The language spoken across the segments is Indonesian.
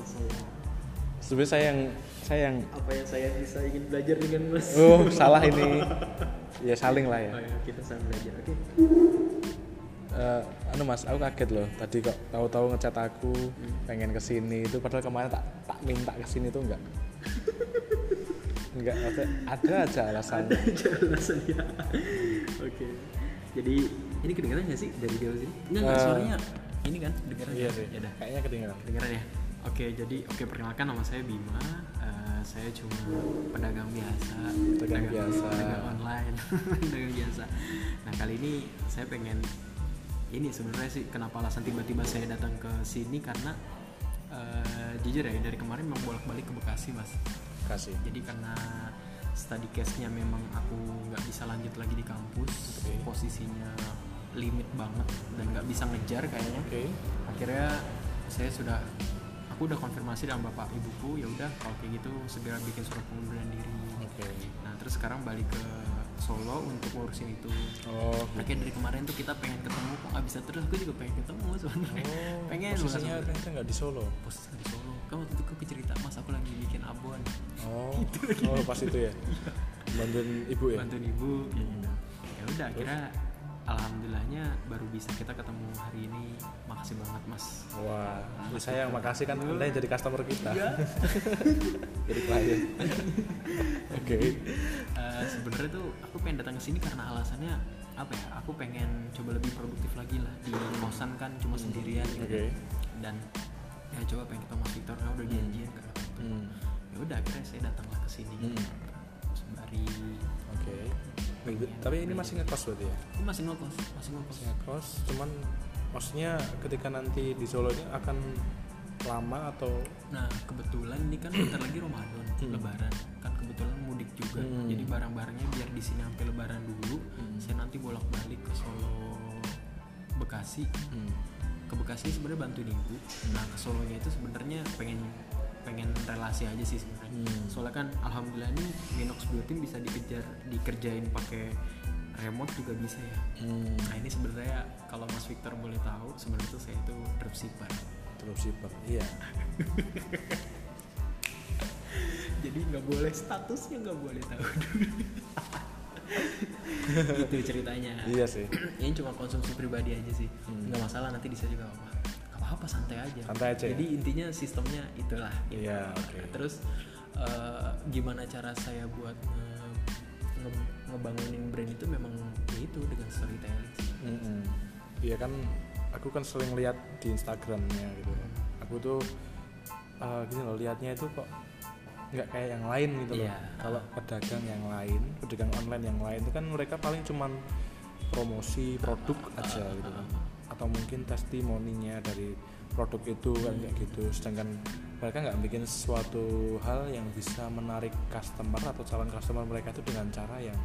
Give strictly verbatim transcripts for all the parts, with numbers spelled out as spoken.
saya. Sebenarnya saya yang saya yang Apa yang saya bisa ingin belajar dengan Mas? oh salah ini. Ya saling lah ya. Oh, ya kita saling belajar. Oke. Uh, anu Mas, aku kaget loh. Tadi kok tahu-tahu ngechat aku hmm. pengen kesini itu, padahal kemarin tak tak minta kesini tuh enggak. Enggak ada, ada aja alasan. Ada aja alasannya. Oke. Jadi ini kedengaran nggak sih dari jauh sini? Enggak, enggak Uh, suaranya ini kan kedengaran. Iya sih. Ya udah. Kayaknya kedengaran. Kedengaran ya. Oke, jadi oke perkenalkan nama saya Bima. Uh, saya cuma pedagang biasa, Pedagang biasa. pedagang online, pedagang biasa. Nah kali ini saya pengen ini sebenarnya sih kenapa alasan tiba-tiba saya datang ke sini karena uh, jujur ya dari kemarin memang bolak-balik ke Bekasi Mas. Kasih. Jadi karena study case-nya memang aku nggak bisa lanjut lagi di kampus, okay. Posisinya limit banget dan nggak bisa ngejar kayaknya. Okay. Akhirnya saya sudah aku udah konfirmasi dengan bapak ibuku, ya udah kalau kayak gitu segera bikin surat pengunduran diri. Okay. Nah terus sekarang balik ke Solo untuk ngurusin itu. Oh. Akhirnya dari kemarin tuh kita pengen ketemu, kok nggak bisa terus. Aku juga pengen ketemu sebenarnya. Oh, pengen. Posisinya ternyata nggak di Solo. Posisinya di Solo. Kan waktu itu aku cerita Mas aku lagi bikin abon. Oh. Oh pas itu ya. Bantuin ibu ya. Bantuin ibu. Ya, gitu. Ya udah akhirnya alhamdulillahnya baru bisa kita ketemu hari ini. Makasih banget Mas. Wah, ya saya yang makasih kan Anda yang jadi customer kita. Iya. Jadi klien. Oke. Okay. Uh, sebenarnya tuh aku pengen datang ke sini karena alasannya apa ya? Aku pengen coba lebih produktif lagi lah di kosan kan cuma sendirian gitu. Okay. Dan ya coba pengen ketemu Mas Victor, kan udah janjian kan. Hmm. Ya udah akhirnya saya datanglah ke sini. Hmm. Sembari. Oke. Okay. Tapi ini masih ngekos berarti ya? Ini masih ngekos, masih ngekos. Masih ngekos, cuman maksudnya ketika nanti di Solo ini akan lama atau? Nah kebetulan ini kan bentar lagi Ramadan, hmm. Lebaran kan kebetulan mudik juga, hmm. jadi barang-barangnya biar di sini sampai Lebaran dulu. Hmm. Saya nanti bolak-balik ke Solo, Bekasi. Hmm. Ke Bekasi sebenarnya bantuin ibu. Hmm. Nah ke Solonya itu sebenarnya pengen pengen relasi aja sih sebenarnya. Hmm. Soalnya kan alhamdulillah ini Minox Biotin bisa dikejar dikerjain pakai remote juga bisa ya. Hmm. Nah ini sebenarnya kalau Mas Victor boleh tahu sebenarnya itu saya itu dropshipper. Dropshipper, iya. Jadi nggak boleh statusnya nggak boleh tahu dulu. Itu ceritanya. Iya sih. Ini cuma konsumsi pribadi aja sih. Hmm. Nggak masalah nanti bisa juga apa. Apa santai aja. Santai aja. Jadi ya? intinya sistemnya itulah. Gitu. Iya. Oke. Okay. Terus uh, gimana cara saya buat uh, nge- ngebangunin brand itu memang ya itu dengan storytelling. Mm-hmm. Iya kan, aku kan sering lihat di Instagramnya gitu. Aku tuh uh, gini loh lihatnya itu kok nggak kayak yang lain gitu loh. Yeah. Kalau pedagang yang lain, pedagang online yang lain itu kan mereka paling cuman promosi produk aja gitu kan. Atau mungkin testimoninya dari produk itu kan kayak gitu. Sedangkan mereka nggak bikin suatu hal yang bisa menarik customer atau calon customer mereka itu dengan cara yang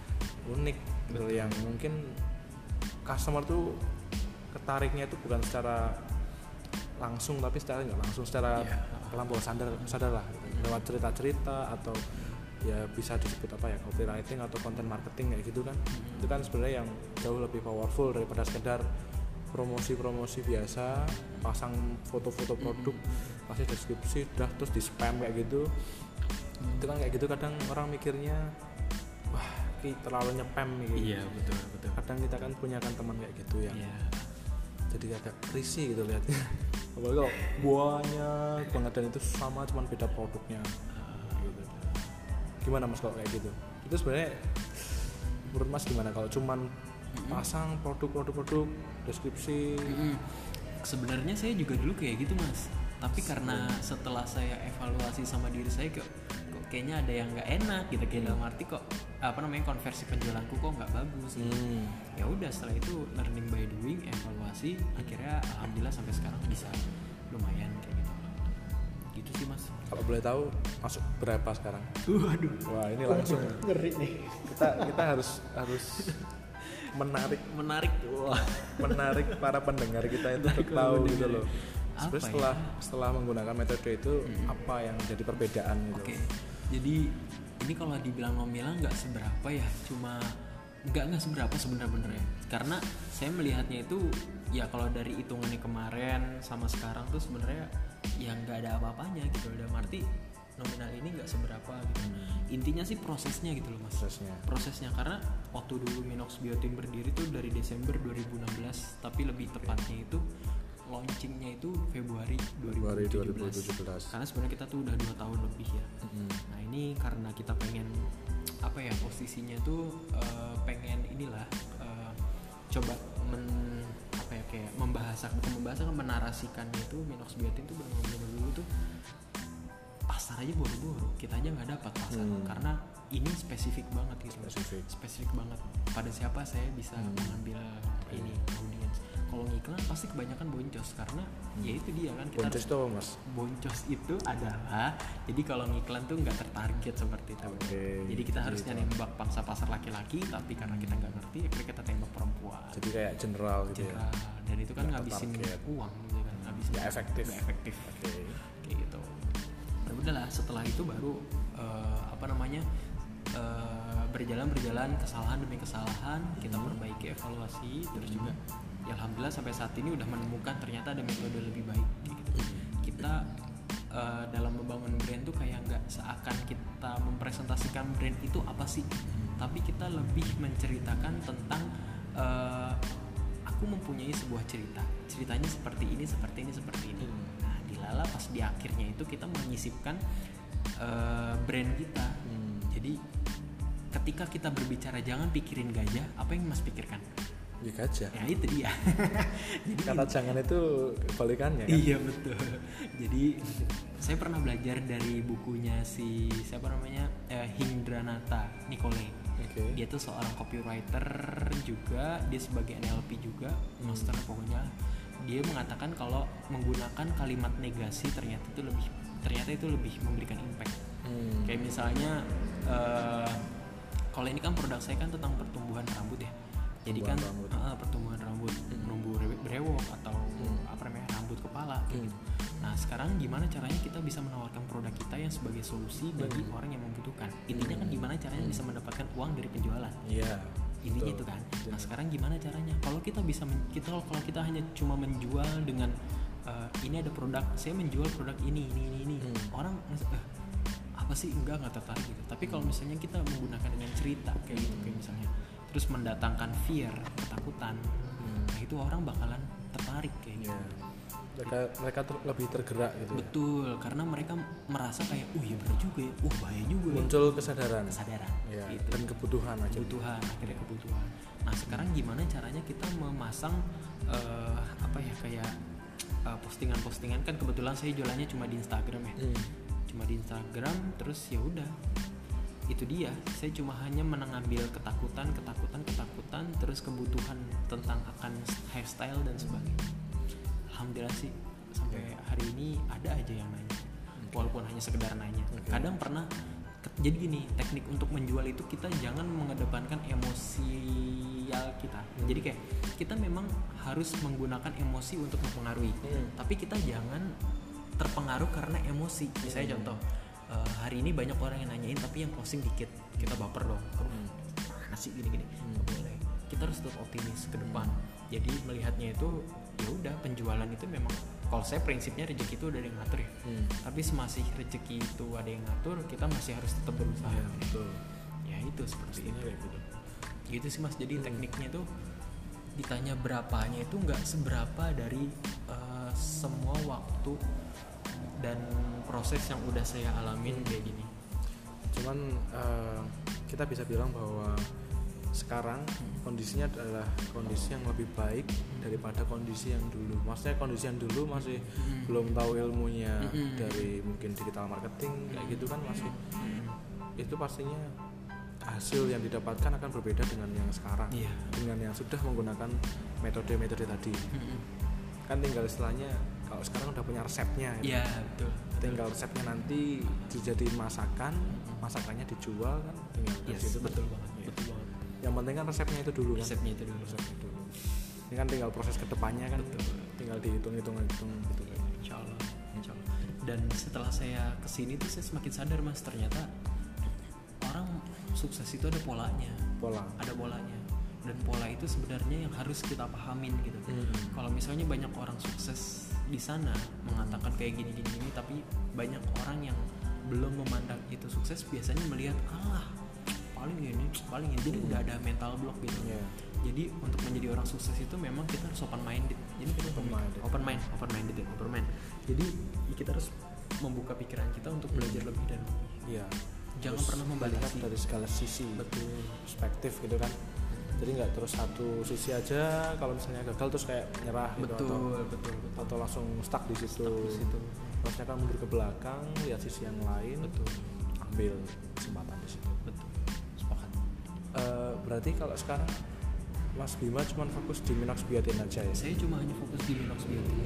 unik gitu, yang mungkin customer tuh ketariknya itu bukan secara langsung tapi secara nggak langsung secara yeah. pelan bawah sadar sadar lah gitu. Lewat cerita-cerita atau ya bisa disebut apa ya copywriting atau content marketing kayak gitu kan. Mm-hmm. Itu kan sebenarnya yang jauh lebih powerful daripada sekedar promosi-promosi biasa, pasang foto-foto produk, mm-hmm. kasih deskripsi, udah terus di spam kayak gitu. Mm-hmm. Itu kan kayak gitu kadang orang mikirnya wah ini terlalu nyepam gitu. Iya betul betul. Kadang kita kan punya kan teman kayak gitu yang yeah. jadi agak risih gitu lihatnya. Apalagi kalau banyak banget dan itu sama cuman beda produknya. Gitu. Gimana Mas kalau kayak gitu? Itu sebenarnya menurut Mas gimana kalau cuman pasang produk-produk-produk deskripsi? Mm-hmm. Sebenarnya saya juga dulu kayak gitu Mas. Tapi karena setelah saya evaluasi sama diri saya kok, kok kayaknya ada yang nggak enak gitu, kayak dalam arti kok apa namanya konversi penjualanku kok nggak bagus. Gitu. Hmm. Ya udah setelah itu learning by doing, evaluasi, akhirnya alhamdulillah sampai sekarang bisa lumayan kayak gitu. Gitu sih Mas. Kalau boleh tahu masuk berapa sekarang? Waduh. Wah ini langsung ngeri nih. Kita kita harus harus menarik menarik wah menarik para pendengar kita itu untuk tahu gitu loh. Sebenarnya setelah ya? setelah menggunakan metode itu hmm. apa yang jadi perbedaan gitu. Oke. Okay. Jadi ini kalau dibilang nominal nggak seberapa ya, cuma nggak nggak seberapa sebenarnya. Karena saya melihatnya itu ya kalau dari hitungannya kemarin sama sekarang tuh sebenarnya yang nggak ada apa-apanya gitu. Dalam arti nominal ini nggak seberapa gitu. Hmm. Intinya sih prosesnya gitu loh mas. Prosesnya. Prosesnya karena waktu dulu Minox Biotin berdiri tuh dari Desember dua ribu enam belas, tapi lebih tepatnya itu launchingnya itu Februari dua ribu tujuh belas. Karena sebenarnya kita tuh udah dua tahun lebih ya. Hmm. Nah ini karena kita pengen apa ya posisinya tuh uh, pengen inilah uh, coba men apa ya kayak membahasakan bukan membahasakan menarasikannya itu Minox Biotin tuh benar-benar dulu tuh pasar aja boro-boro, kita aja nggak dapat pasar hmm. karena ini spesifik banget gitu, spesifik, spesifik banget. Pada siapa saya bisa hmm. mengambil okay. ini audiens. Kalau ngiklan pasti kebanyakan boncos karena hmm. ya itu dia kan kita boncos tuh mas. Boncos itu adalah jadi kalau ngiklan tuh nggak tertarget seperti itu. Okay. Jadi kita jadi harusnya itu. nembak pangsa pasar laki-laki, tapi karena kita nggak ngerti, akhirnya kita tembak perempuan. Jadi kayak general gitu general. Ya. Dan itu kan gak ngabisin uang gitu kan, ngabisin nggak efektif. Nggak efektif. Okay. Kayak gitu. Ya udahlah, setelah itu baru uh, apa namanya uh, berjalan berjalan kesalahan demi kesalahan kita perbaiki, evaluasi, terus juga ya alhamdulillah sampai saat ini udah menemukan ternyata ada metode lebih baik gitu. Kita uh, dalam membangun brand tuh kayak nggak seakan kita mempresentasikan brand itu apa sih, tapi kita lebih menceritakan tentang uh, aku mempunyai sebuah cerita, ceritanya seperti ini, seperti ini, seperti ini. Nah, dilala pas di akhirnya itu kita menyisipkan uh, brand kita. Hmm. Jadi ketika kita berbicara jangan pikirin gajah, apa yang Mas pikirkan? Ya gajah. Ya itu dia. Jadi kata jangan itu kebalikannya kan? Iya betul. Jadi saya pernah belajar dari bukunya si siapa namanya uh, Hindranata Nicole. Okay. Dia tuh seorang copywriter juga, dia sebagai N L P juga, hmm. master pokoknya. Dia mengatakan kalau menggunakan kalimat negasi ternyata itu lebih ternyata itu lebih memberikan impact. Hmm. Kayak misalnya uh, kalau ini kan produk saya kan tentang pertumbuhan rambut ya. Jadi kan rambut. Uh, pertumbuhan rambut, hmm. numbuh brewok atau hmm. apa namanya rambut kepala kayak hmm. gitu. Nah sekarang gimana caranya kita bisa menawarkan produk kita yang sebagai solusi bagi hmm. orang yang membutuhkan. Intinya kan gimana caranya hmm. bisa mendapatkan uang dari penjualan. Iya. Intinya itu kan. Betul. Nah sekarang gimana caranya? Kalau kita bisa men- kita kalau kita hanya cuma menjual dengan uh, ini ada produk, saya menjual produk ini ini ini ini. Hmm. Orang eh, apa sih enggak enggak tertarik gitu. Tapi kalau misalnya kita menggunakan dengan cerita kayak gitu kayak misalnya terus mendatangkan fear, ketakutan. Hmm. Nah itu orang bakalan tertarik kayak gitu. Yeah. Mereka mereka ter, lebih tergerak gitu. Betul, ya? Karena mereka merasa kayak, oh iya benar juga ya, oh bahaya juga. Muncul ya. kesadaran. Kesadaran. Ya, gitu. Dan kebutuhan aja. Kebutuhan, akhirnya kebutuhan. Nah sekarang gimana caranya kita memasang uh, apa ya kayak uh, postingan-postingan kan kebetulan saya jualannya cuma di Instagram ya, hmm. cuma di Instagram terus ya udah. Itu dia, saya cuma hanya mengambil ketakutan, ketakutan, ketakutan, terus kebutuhan tentang akan hairstyle dan sebagainya. Alhamdulillah sih sampai hari ini ada aja yang nanya, okay. walaupun hanya sekedar nanya. Okay. Kadang pernah, jadi gini, teknik untuk menjual itu kita jangan mengedepankan emosial kita. Hmm. Jadi kayak kita memang harus menggunakan emosi untuk mempengaruhi, hmm. tapi kita jangan terpengaruh karena emosi. Misalnya hmm. contoh. Uh, hari ini banyak orang yang nanyain tapi yang closing dikit, kita baper dong. Hmm. Mana sih gini-gini? Hmm. Boleh. Kita harus tetap optimis ke depan. Jadi melihatnya itu ya udah penjualan itu memang kalau saya prinsipnya rezeki itu udah ada yang ngatur ya. Hmm. Tapi semasih rezeki itu ada yang ngatur, kita masih harus tetap berusaha. Ya, betul. Ya itu seperti itu. Gitu. Gitu sih Mas. Jadi hmm. tekniknya tuh ditanya berapanya itu nggak seberapa dari uh, semua waktu dan proses yang udah saya alamin hmm. kayak gini. Cuman uh, kita bisa bilang bahwa sekarang hmm. kondisinya adalah kondisi yang lebih baik hmm. daripada kondisi yang dulu. Maksudnya kondisi yang dulu masih hmm. belum tahu ilmunya hmm. dari mungkin digital marketing kayak gitu kan masih hmm. itu pastinya hasil yang didapatkan akan berbeda dengan yang sekarang. Yeah. Dengan yang sudah menggunakan metode-metode tadi. Hmm. Kan tinggal istilahnya kalau sekarang udah punya resepnya gitu. Iya, betul. Tinggal resepnya nanti dijadiin masakan, masakannya dijual kan tinggal yes, itu betul banget. Ya. Betul banget. Yang penting kan resepnya itu dulu resepnya kan. itu dulu. Resepnya dulu. Ini kan tinggal proses kedepannya kan betul. Tinggal dihitung-hitung hitung gitu kan. Insyaallah. Insyaallah. Dan setelah saya kesini tuh saya semakin sadar Mas, ternyata orang sukses itu ada polanya. Pola. Ada polanya. Dan pola itu sebenarnya yang harus kita pahamin gitu. Hmm. Kalau misalnya banyak orang sukses di sana mengatakan kayak gini gini gini, tapi banyak orang yang belum memandang itu sukses biasanya melihat alah paling ini paling ini, jadi udah ada mental block gitu. Yeah. Jadi untuk menjadi orang sukses itu memang kita harus open minded. Jadi kita open minded, open mind, open minded ya, open mind. Jadi kita harus membuka pikiran kita untuk belajar lebih dan lebih. Iya. Jangan terus pernah membatasi dari segala sisi. Betul. Perspektif gitu kan. Jadi nggak terus satu sisi aja, kalau misalnya gagal terus kayak nyerah gitu, betul, atau, betul, betul. atau langsung stuck di situ. Stuck di situ. Harusnya kan mundur ke belakang, lihat sisi yang lain, betul. Ambil kesempatan di situ. Betul. Sepakat. Uh, berarti kalau sekarang Mas Bima cuma fokus di Minox Biotin aja ya? Saya cuma hanya fokus di Minox Biotin.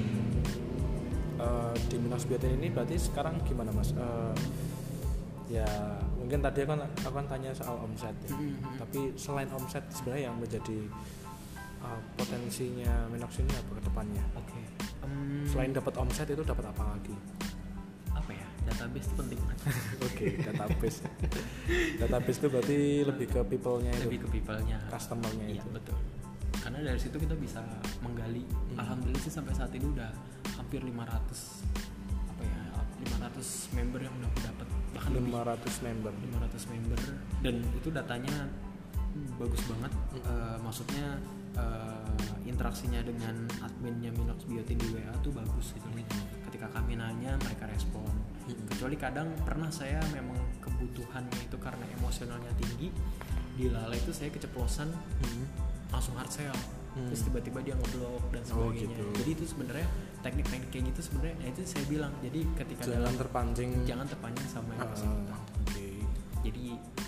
Uh, di Minox Biotin ini berarti sekarang gimana Mas? Uh, ya mungkin tadi aku kan, aku kan tanya soal omset ya. Mm-hmm. Tapi selain omset sebenarnya yang menjadi uh, potensinya Minox ini apa ke depannya? Oke. Okay. Um, selain dapat omset itu dapat apa lagi? Apa ya? Database itu penting banget. Oke, okay, database. Database itu berarti lebih ke people-nya itu. Lebih ke people-nya, customer-nya iya, itu. Betul. Karena dari situ kita bisa menggali. Hmm. Alhamdulillah sih sampai saat ini udah hampir lima ratus apa ya? lima ratus member yang udah aku dapat. Bahkan lima ratus lebih. member. lima ratus member dan itu datanya bagus banget. Hmm. Uh, maksudnya uh, interaksinya dengan adminnya Minox Biotin di W A tuh bagus gitu. Hmm. Ketika kami nanya mereka respon. Hmm. Kecuali kadang pernah saya memang kebutuhannya itu karena emosionalnya tinggi, di Lala itu saya keceplosan hmm. langsung hard sell. Hmm. Terus tiba-tiba dia ngeblok dan sebagainya. Oh, gitu. Jadi itu sebenarnya teknik-teknik kayak gitu sebenarnya, nah itu saya bilang. Jadi ketika jangan dalam, terpancing, jangan terpancing sama emosi. Uh, okay. Jadi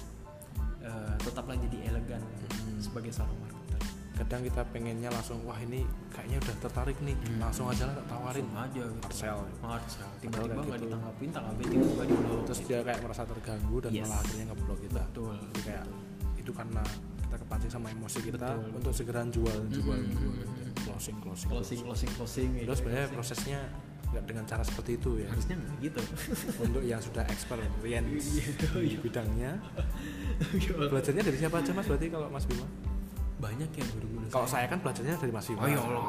uh, tetaplah jadi elegan hmm. sebagai seorang marketer. Kadang kita pengennya langsung, wah ini kayaknya udah tertarik nih, hmm. langsung aja lah tawarin, langsung aja gitu. Hard sell. Hard sell. Tiba-tiba nggak gitu. ditanggapin, tanggapin tiba-tiba di blok. Terus gitu. dia kayak merasa terganggu dan yes. malah akhirnya ngeblok kita. Betul. Jadi kayak itu karena kita kepancing sama emosi kita. Betul. Untuk segera jual, mm-hmm. jual, jual, closing, closing, closing, closing, closing. Terus sebenarnya prosesnya nggak dengan cara seperti itu ya. Harusnya nggak gitu. Untuk yang sudah experience di bidangnya, belajarnya dari siapa aja Mas? Berarti kalau Mas Bima? Banyak ya guru-guru. Kalau saya kan belajarnya dari Mas Bima. Oh ya Allah.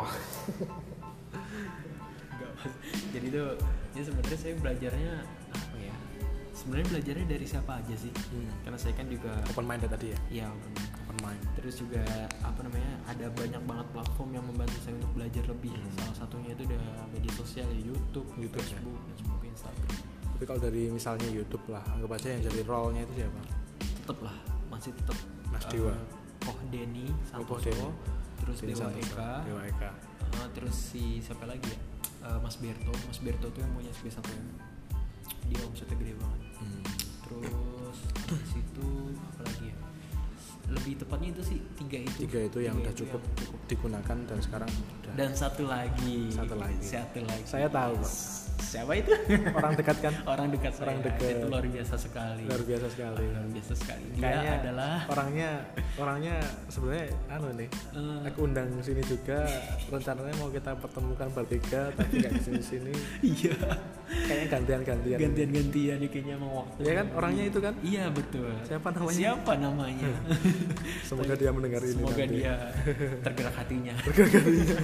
Jadi tuh, ya sebenarnya saya belajarnya apa ya? Sebenarnya belajarnya dari siapa aja sih? Hmm. Karena saya kan juga open minded tadi ya. Iya, open mind. Open mind. Terus juga apa namanya? Ada banyak banget platform yang membantu saya untuk belajar lebih. Hmm. Salah satunya itu udah media sosial ya, YouTube, YouTube Facebook, ya. Facebook, Instagram. Tapi kalau dari misalnya YouTube lah, anggap aja yang jadi role-nya itu siapa? Tetep lah, masih tetap Mas Dewa. Uh, Koh Denny Santoso, oh, Denny. terus Denny Dewa Santoso. Eka, Dewa Eka. Uh, terus si siapa lagi ya? Uh, Mas Berto, Mas Berto tuh yang punya S B satu M. Dia omsetnya gede banget. Hmm. Terus di situ apa lagi ya? Lebih tepatnya itu sih tiga itu. Tiga itu yang tiga udah itu cukup, yang cukup digunakan dan sekarang udah. Dan satu lagi. Satu lagi. Satu lagi. Saya tahu, Pak. Siapa itu? Orang dekat kan? Orang dekat saya. Orang dekat. Itu luar biasa sekali. Luar biasa sekali. Luar biasa sekali. Dia kayaknya adalah orangnya orangnya sebenarnya anu nih. Uh, aku undang sini juga, rencananya mau kita pertemukan bertiga tapi enggak kesini-sini. Iya. Kayaknya gantian-gantian. Gantian-gantian nih kayaknya mau waktu. Iya kan? Orangnya itu kan? Iya, betul. Siapa namanya? Siapa namanya? Semoga dia mendengar ini. Semoga nanti. dia tergerak hatinya. Tergerak hatinya.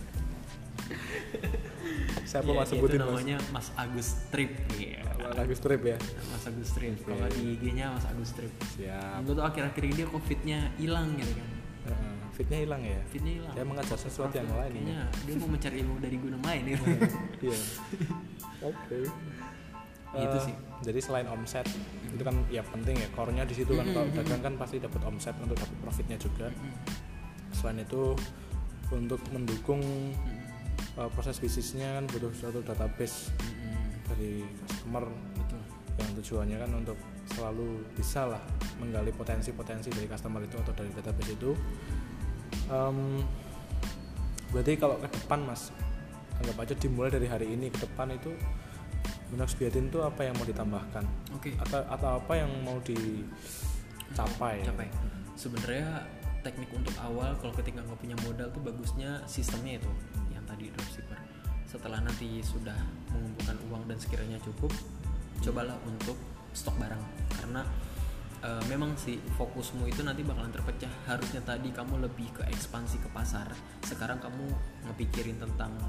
Siapa ya, Mas sebutin Mas? Namanya Mas Agus Trip. Iya. Mas Agus Trip ya. Mas Agus Trip. Okay. Kalau di I G-nya Mas Agus Trip. Siap. Menurut tuh akhir-akhir ini dia COVID-nya hilang gitu kan. Uh, fitnya hilang ya. Fitnya hilang. Dia mengajar sesuatu yang lain. Kayaknya dia mau mencari ilmu dari gunung lain ya. Iya. Oke. Itu sih. Jadi selain omset mm-hmm. itu kan ya penting ya, core-nya di situ kan. Mm-hmm. Kalau dagang kan pasti dapat omset untuk dapat profitnya juga. Mm-hmm. Selain itu untuk mendukung mm-hmm. Uh, proses bisnisnya kan butuh suatu database mm-hmm. dari customer. Betul. Yang tujuannya kan untuk selalu bisa lah menggali potensi-potensi dari customer itu atau dari database itu. Um, berarti kalau ke depan Mas, anggap aja dimulai dari hari ini ke depan itu Minox Biotin itu apa yang mau ditambahkan? Oke. Okay. Atau atau apa yang mau dicapai? Capai. Sebenarnya teknik untuk awal kalau ketika nggak punya modal tuh bagusnya sistemnya itu tadi dropshipper. Setelah nanti sudah mengumpulkan uang dan sekiranya cukup, cobalah untuk stok barang karena e, memang sih fokusmu itu nanti bakalan terpecah. Harusnya tadi kamu lebih ke ekspansi ke pasar, sekarang kamu ngepikirin tentang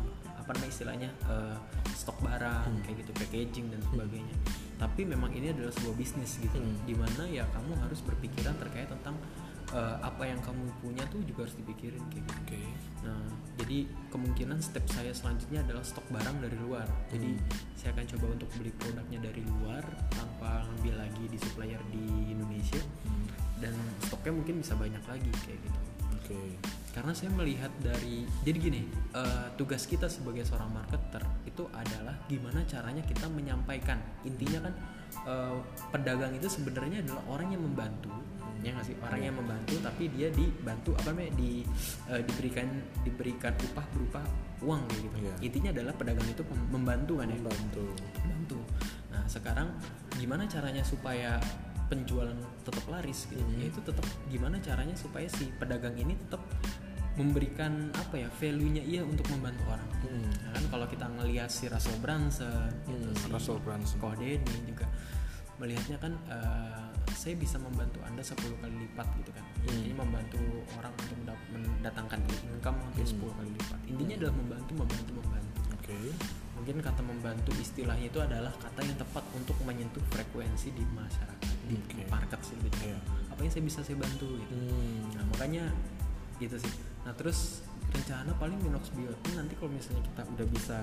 apa namanya istilahnya uh, stok barang hmm. kayak gitu, packaging dan sebagainya. Hmm. Tapi memang ini adalah sebuah bisnis gitu, hmm. dimana ya kamu harus berpikiran terkait tentang uh, apa yang kamu punya tuh juga harus dipikirin kayak gitu. Okay. Nah, jadi kemungkinan step saya selanjutnya adalah stok barang dari luar. Jadi hmm. saya akan coba untuk beli produknya dari luar tanpa ngambil lagi di supplier di Indonesia. Hmm. Dan stoknya mungkin bisa banyak lagi kayak gitu. Oke. Okay. Karena saya melihat dari, jadi gini, uh, tugas kita sebagai seorang marketer itu adalah gimana caranya kita menyampaikan. Intinya kan uh, pedagang itu sebenarnya adalah orang yang membantu, hmm. ya nggak sih, orang hmm. yang membantu tapi dia dibantu apa namanya di uh, diberikan diberikan upah berupa uang kayak gitu. Yeah. Intinya adalah pedagang itu membantu kan ya. Membantu. Membantu. Nah sekarang gimana caranya supaya penjualan tetap laris gitu, mm-hmm. yaitu tetap gimana caranya supaya si pedagang ini tetap memberikan apa ya value-nya iya untuk membantu orang. Mm-hmm. Nah, kan kalau kita ngelihat si Russell Brunson, mm-hmm. gitu, si Russell Brunson, Kodeni juga melihatnya kan uh, saya bisa membantu Anda sepuluh kali lipat gitu kan. Mm-hmm. Ini membantu orang untuk mendatangkan income hampir mm-hmm. sepuluh kali lipat. Intinya mm-hmm. adalah membantu, membantu, membantu. Oke. Okay. Mungkin kata membantu istilahnya itu adalah kata yang tepat untuk menyentuh frekuensi di masyarakat, di okay. market sih gitu. Yeah. Apa yang saya bisa saya bantu gitu. Hmm. Nah makanya gitu sih. Nah terus rencana paling Minox Biotin nanti kalau misalnya kita udah bisa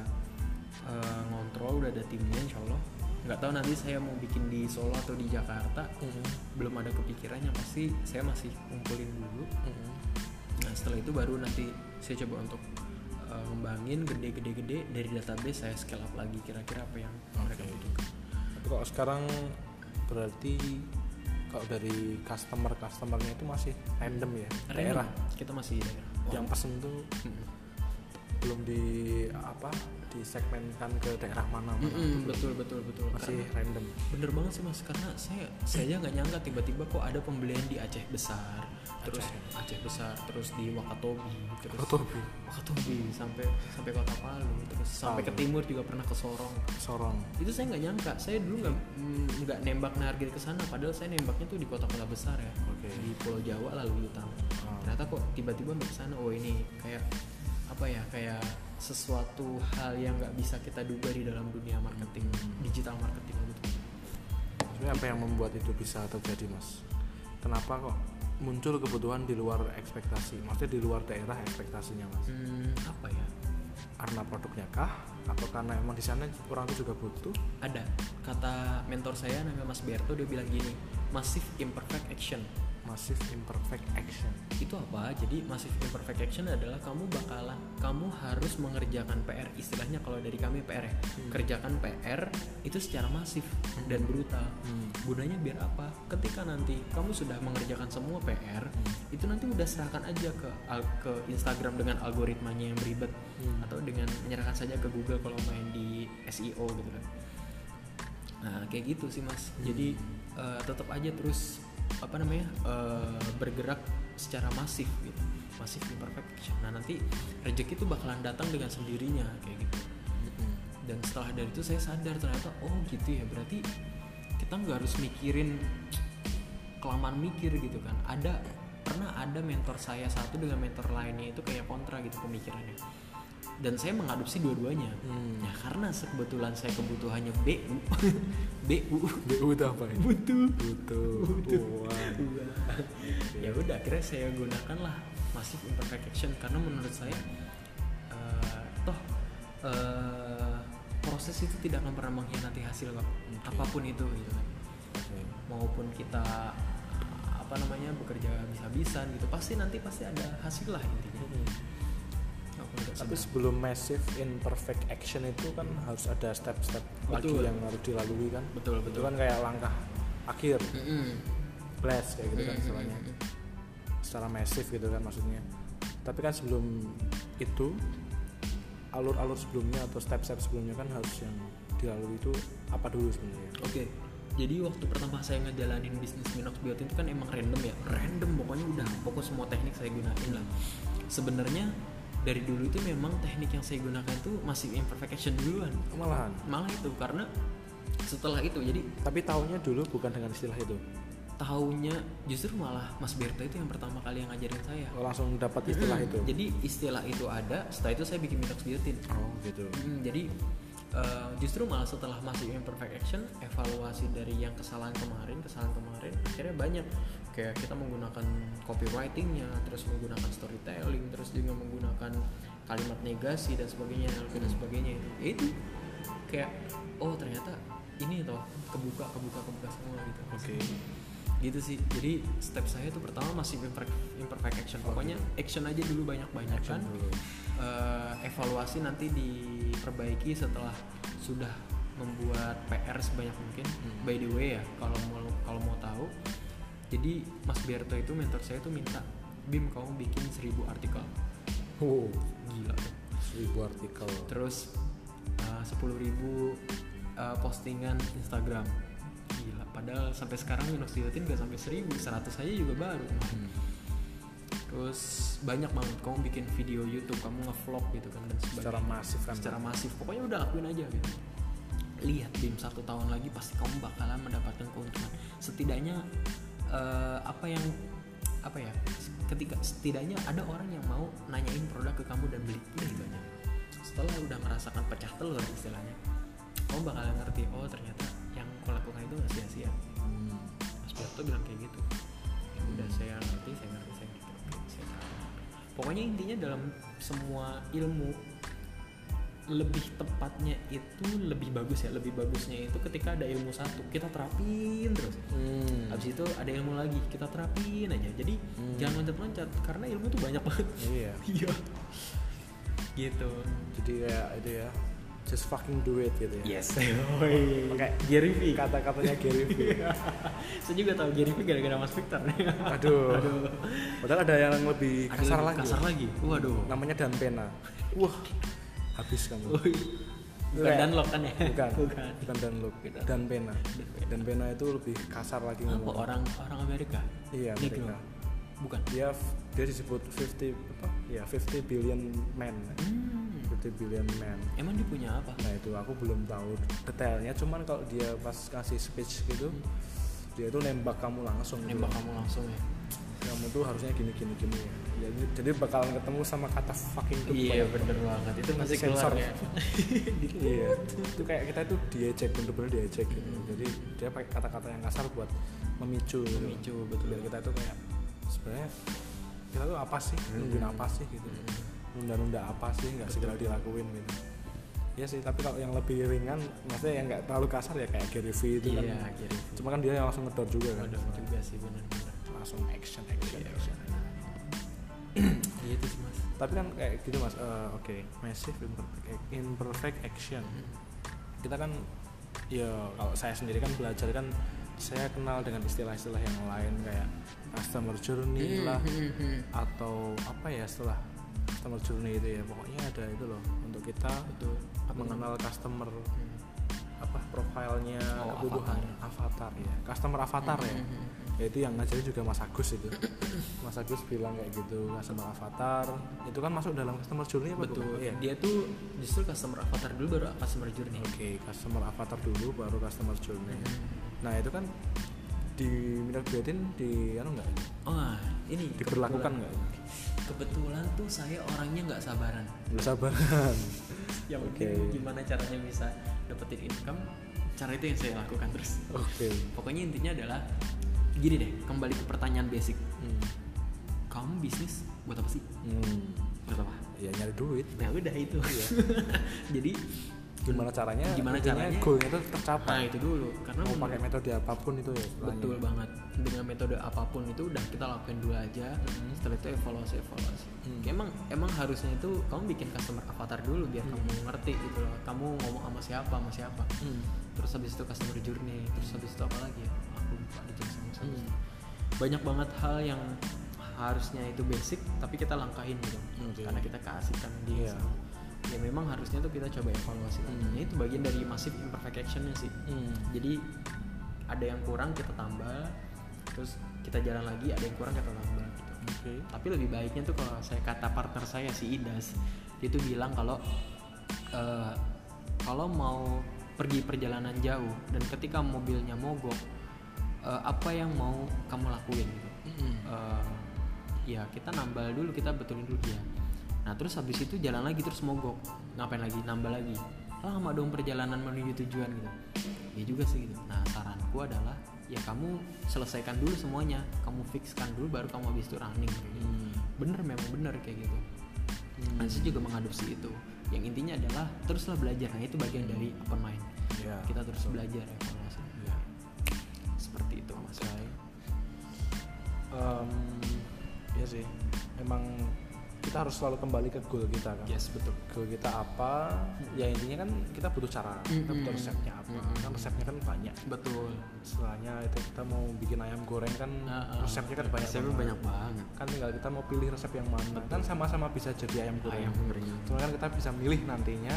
uh, ngontrol, udah ada timnya insya Allah. Nggak tahu nanti saya mau bikin di Solo atau di Jakarta, mm-hmm. belum ada kepikirannya, pasti saya masih kumpulin dulu. Mm-hmm. Nah setelah itu baru nanti saya coba untuk ngembangin gede-gede-gede dari database, saya scale up lagi kira-kira apa yang okay. mereka butuhkan. Tapi kalau sekarang berarti kalau dari customer-customernya itu masih random ya? Random. Daerah? Kita masih daerah. Yang pesen tuh hmm. belum di apa disegmenkan ke daerah mana-mana. Mm-hmm, betul betul betul. Masih karena random. Bener banget sih mas, karena saya saya nggak nyangka tiba-tiba kok ada pembelian di Aceh besar, terus Aceh, Aceh besar, terus di Wakatobi, terus Wakatobi, Wakatobi sampai sampai Kota Palu, terus sampai ke timur juga pernah ke Sorong. Sorong. Itu saya nggak nyangka. Saya dulu nggak nggak nembak target ke sana, padahal saya nembaknya tuh di kota-kota besar ya, okay. di Pulau Jawa lalu utama. Oh. Ternyata kok tiba-tiba ke sana, oh ini kayak apa ya, kayak sesuatu hal yang nggak bisa kita duga di dalam dunia marketing, hmm. digital marketing gitu. Sebenarnya apa yang membuat itu bisa terjadi mas? Kenapa kok muncul kebutuhan di luar ekspektasi? Maksudnya di luar daerah ekspektasinya mas? Hmm, apa ya? Karena produknya kah? Atau karena emang di sana orang itu juga butuh? Ada. Kata mentor saya namanya Mas Berto, dia bilang gini, massive imperfect action. Massive imperfect action itu apa? Jadi massive imperfect action adalah kamu bakalan kamu harus mengerjakan P R, istilahnya kalau dari kami P R ya, hmm. kerjakan P R itu secara masif hmm. dan brutal. hmm. Gunanya biar apa? Ketika nanti kamu sudah mengerjakan semua P R, hmm. itu nanti udah serahkan aja ke ke Instagram dengan algoritmanya yang beribet, hmm. atau dengan menyerahkan saja ke Google kalau main di S E O gitu kan. Nah kayak gitu sih mas. hmm. Jadi uh, tetap aja terus apa namanya uh, bergerak secara masif gitu, masif imperfection. Nah nanti rezeki itu bakalan datang dengan sendirinya kayak gitu. Mm-hmm. Dan setelah dari itu saya sadar ternyata oh gitu ya, berarti kita nggak harus mikirin kelamaan mikir gitu kan. Ada pernah ada mentor saya satu dengan mentor lainnya itu kayak kontra gitu pemikirannya. Dan saya mengadopsi dua-duanya. Hmm. Ya karena kebetulan saya kebutuhannya B U. B U. B U itu apa ya? Butuh. Butuh. Butuh. Wow. Ya udah akhirnya saya gunakan lah massive imperfect action karena menurut saya uh, toh uh, proses itu tidak akan pernah mengkhianati hasil kok. Okay. Apapun itu gitu kan. Okay. Maupun kita apa namanya bekerja bisa-bisan gitu, pasti nanti pasti ada hasil lah intinya. Hmm. Tapi sebelum massive imperfect action itu kan harus ada step-step lagi yang harus dilalui kan. Betul betul. Itu kan kayak langkah akhir, mm-hmm. blast kayak gitu kan istilahnya. Mm-hmm. Secara massive gitu kan maksudnya. Tapi kan sebelum itu alur-alur sebelumnya atau step-step sebelumnya kan harus yang dilalui itu apa dulu sebenarnya? Oke. Okay. Jadi waktu pertama saya ngejalanin bisnis Minox Biotin itu kan emang random ya, random pokoknya udah pokok semua teknik saya gunain lah. Sebenarnya dari dulu itu memang teknik yang saya gunakan itu masih imperfect action duluan. Malahan? Malah itu karena setelah itu jadi. Tapi tahunya dulu bukan dengan istilah itu. taunya justru malah Mas Berto itu yang pertama kali yang ngajarin saya. Oh, langsung dapat istilah hmm, itu. Jadi istilah itu ada, setelah itu saya bikin minoxidil. Oh gitu. Hmm, jadi uh, justru malah setelah Massive Imperfect Action, evaluasi dari yang kesalahan kemarin, kesalahan kemarin akhirnya banyak. Kayak kita menggunakan copywritingnya, terus menggunakan storytelling, terus juga menggunakan kalimat negasi dan sebagainya, dan sebagainya itu. Ya itu kayak oh ternyata ini toh kebuka kebuka kebuka semua gitu. Oke. Okay. Gitu sih. Jadi step saya itu pertama masih imperfect action. Pokoknya action aja dulu banyak-banyak kan. Uh, evaluasi nanti diperbaiki setelah sudah membuat P R sebanyak mungkin. Hmm. By the way ya, kalau mau kalau mau tahu, jadi Mas Berto itu mentor saya itu minta, Bim kamu bikin seribu artikel. Oh, gila. Seribu artikel. Terus uh, sepuluh ribu uh, postingan Instagram. Gila. Padahal sampai sekarang minoxidil gak sampai seribu, seratus aja juga baru. Hmm. Terus banyak banget kamu bikin video YouTube, kamu nge-vlog gitu kan dan sebagainya. Secara masif kan. Secara masif. Pokoknya udah lakuin aja gitu. Lihat Bim, satu tahun lagi pasti kamu bakalan mendapatkan keuntungan. Setidaknya uh, apa yang apa ya? Ketika setidaknya ada orang yang mau nanyain produk ke kamu dan beli gitu aja. Setelah udah merasakan pecah telur istilahnya, kamu bakalan ngerti oh ternyata yang aku lakukan itu nggak sia-sia. Hmm. Mas Berto bilang kayak gitu. Ya udah saya ngerti, saya ngerti, saya ngerti. Oke, saya tahu. Pokoknya intinya dalam semua ilmu lebih tepatnya itu lebih bagus ya, lebih bagusnya itu ketika ada ilmu satu kita terapin terus. Hmm. Habis itu ada ilmu lagi kita terapin aja. Jadi hmm. jangan loncat-loncat karena ilmu tuh banyak banget. Iya. Iya. Gitu. Jadi kayak itu ya. Just fucking do it gitu ya. Yes. Pakai Gary V. Kata-katanya Gary V. Saya juga tahu Gary V gara-gara Mas Victor. Aduh. Aduh. Padahal ada yang lebih ada kasar lebih lagi. Kasar lagi. Waduh. Namanya Dan Pena. Wah. Habis kamu. Bukan Dunlop kan ya? Bukan. Bukan. Bukan Dunlop. Dan Pena. Dan Pena itu lebih kasar lagi. Apa ngomong. orang orang Amerika? Iya, Amerika. Bukan. Dia dia disebut fifty apa? Ya, fifty billion man. Hmm. fifty billion man. Emang dia punya apa? Nah, itu aku belum tahu detailnya, cuman kalau dia pas kasih speech gitu, hmm. dia itu nembak kamu langsung. Nembak gitu. Kamu langsung ya. Kamu tuh harusnya gini gini gini ya. Jadi, jadi bakalan ketemu sama kata fucking tuh. Iya bener banget. Itu masih keluar ya. Iya. Itu kayak kita tuh diejek, bener-bener diejek gitu. Hmm. Jadi dia pakai kata-kata yang kasar buat memicu. Memicu gitu. Betul. Biar kita tuh kayak sebenarnya kita tuh apa sih? Hmm. Nungguin apa sih gitu. Hmm. Nunda-nunda apa sih? Nggak segera dilakuin gitu. Iya sih, tapi kalau yang lebih ringan, maksudnya yang nggak terlalu kasar ya kayak Gary V itu iya, kan. Iya, Gary V. Cuma kan dia yang langsung ngedor juga kan. Ngedor juga sih, benar-benar. Langsung action, action, iya, action. Gitu sih mas. Tapi kan kayak gitu mas. Uh, Oke, okay. Massive imperfect, imperfect action. Hmm. Kita kan, ya kalau saya sendiri kan belajar kan, saya kenal dengan istilah-istilah yang lain kayak customer journey hmm, lah, hmm, hmm. atau apa ya setelah customer journey itu ya, pokoknya ada itu loh untuk kita itu mengenal customer hmm. apa profilnya, oh, kebutuhan avatar. avatar ya, customer avatar hmm, ya, hmm, hmm. ya itu yang ngajarin juga Mas Agus itu. Mas Agus bilang kayak gitu, customer avatar itu kan masuk dalam customer journey apa? Betul. Ya. Dia tuh justru customer avatar dulu baru customer journey. Oke, okay, customer avatar dulu baru customer journey. Hmm. Nah itu kan di Minagbiatin di anu nggak? Oh ini diberlakukan nggak? Kebetulan tuh saya orangnya nggak sabaran. Nggak sabaran. Ya mungkin okay. Gimana caranya bisa dapetin income? Cara itu yang saya lakukan terus. Oke. Okay. Pokoknya intinya adalah gini deh, kembali ke pertanyaan basic. Hmm. Kamu bisnis buat apa sih? Hmm. Buat apa? Ya nyari duit. Nah udah itu. Ya. Jadi gimana caranya? Gimana caranya? Goalnya itu tercapai. Nah itu dulu. Karena mau pakai metode apapun itu ya. Betul banget. Dengan metode apapun itu udah kita lakuin dulu aja. Hmm. Setelah itu evaluasi evaluasi. Hmm. Emang emang harusnya itu kamu bikin customer avatar dulu biar hmm. kamu ngerti gitu loh. Kamu ngomong sama siapa sama siapa. Hmm. Terus habis itu customer journey. Terus habis itu apa lagi ya? Aku lupa dijelasin sama hmm. Banyak banget hal yang harusnya itu basic tapi kita langkahin gitu. Okay. Karena kita keasikan dia. Yeah. Ya memang harusnya tuh kita coba evaluasi lagi. Hmm. Itu bagian dari massive imperfect action-nya sih. Hmm. Jadi ada yang kurang kita tambah, terus kita jalan lagi, ada yang kurang kita tambah gitu. Okay. Tapi lebih baiknya tuh kalau saya kata partner saya si Idas, dia tuh bilang kalau uh, kalau mau pergi perjalanan jauh dan ketika mobilnya mogok, uh, apa yang mau kamu lakuin gitu. Mm-hmm. Uh, ya kita nambal dulu, kita betulin dulu ya. Nah terus habis itu jalan lagi terus mogok, ngapain lagi, nambah lagi, lama dong perjalanan menuju tujuan gitu. Ya juga sih gitu. Nah saranku adalah ya kamu selesaikan dulu semuanya, kamu fixkan dulu baru kamu habis itu running gitu. Hmm. Bener, memang bener kayak gitu. Hmm. Nah saya juga mengadopsi itu. Yang intinya adalah teruslah belajar. Nah itu bagian hmm. dari open mind. Ya, kita terus betul. belajar evaluasi. Ya. Seperti itu mas. Okay. Um, ya sih, emang kita harus selalu kembali ke goal kita kan. Yes, betul. Goal kita apa? Hmm. Ya intinya kan kita butuh cara, hmm. kita butuh resepnya apa? Hmm. Kan resepnya kan banyak. Betul. Setelahnya itu kita mau bikin ayam goreng kan uh, uh, resepnya kan banyak. Resepnya banyak banget. Kan tinggal kita mau pilih resep yang mana. Betul. Kan sama-sama bisa jadi ayam goreng. Ayam goreng. Cuma kan kita bisa milih nantinya.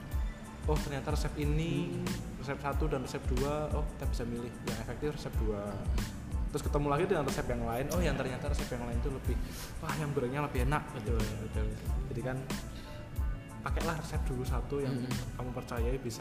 Oh ternyata resep ini, hmm. resep satu dan resep dua, oh kita bisa milih yang efektif resep dua. Terus ketemu lagi dengan resep yang lain, oh yang ternyata resep yang lain itu lebih, wah ayam gorengnya lebih enak. Betul, betul. Jadi kan pakailah resep dulu satu yang hmm. kamu percayai bisa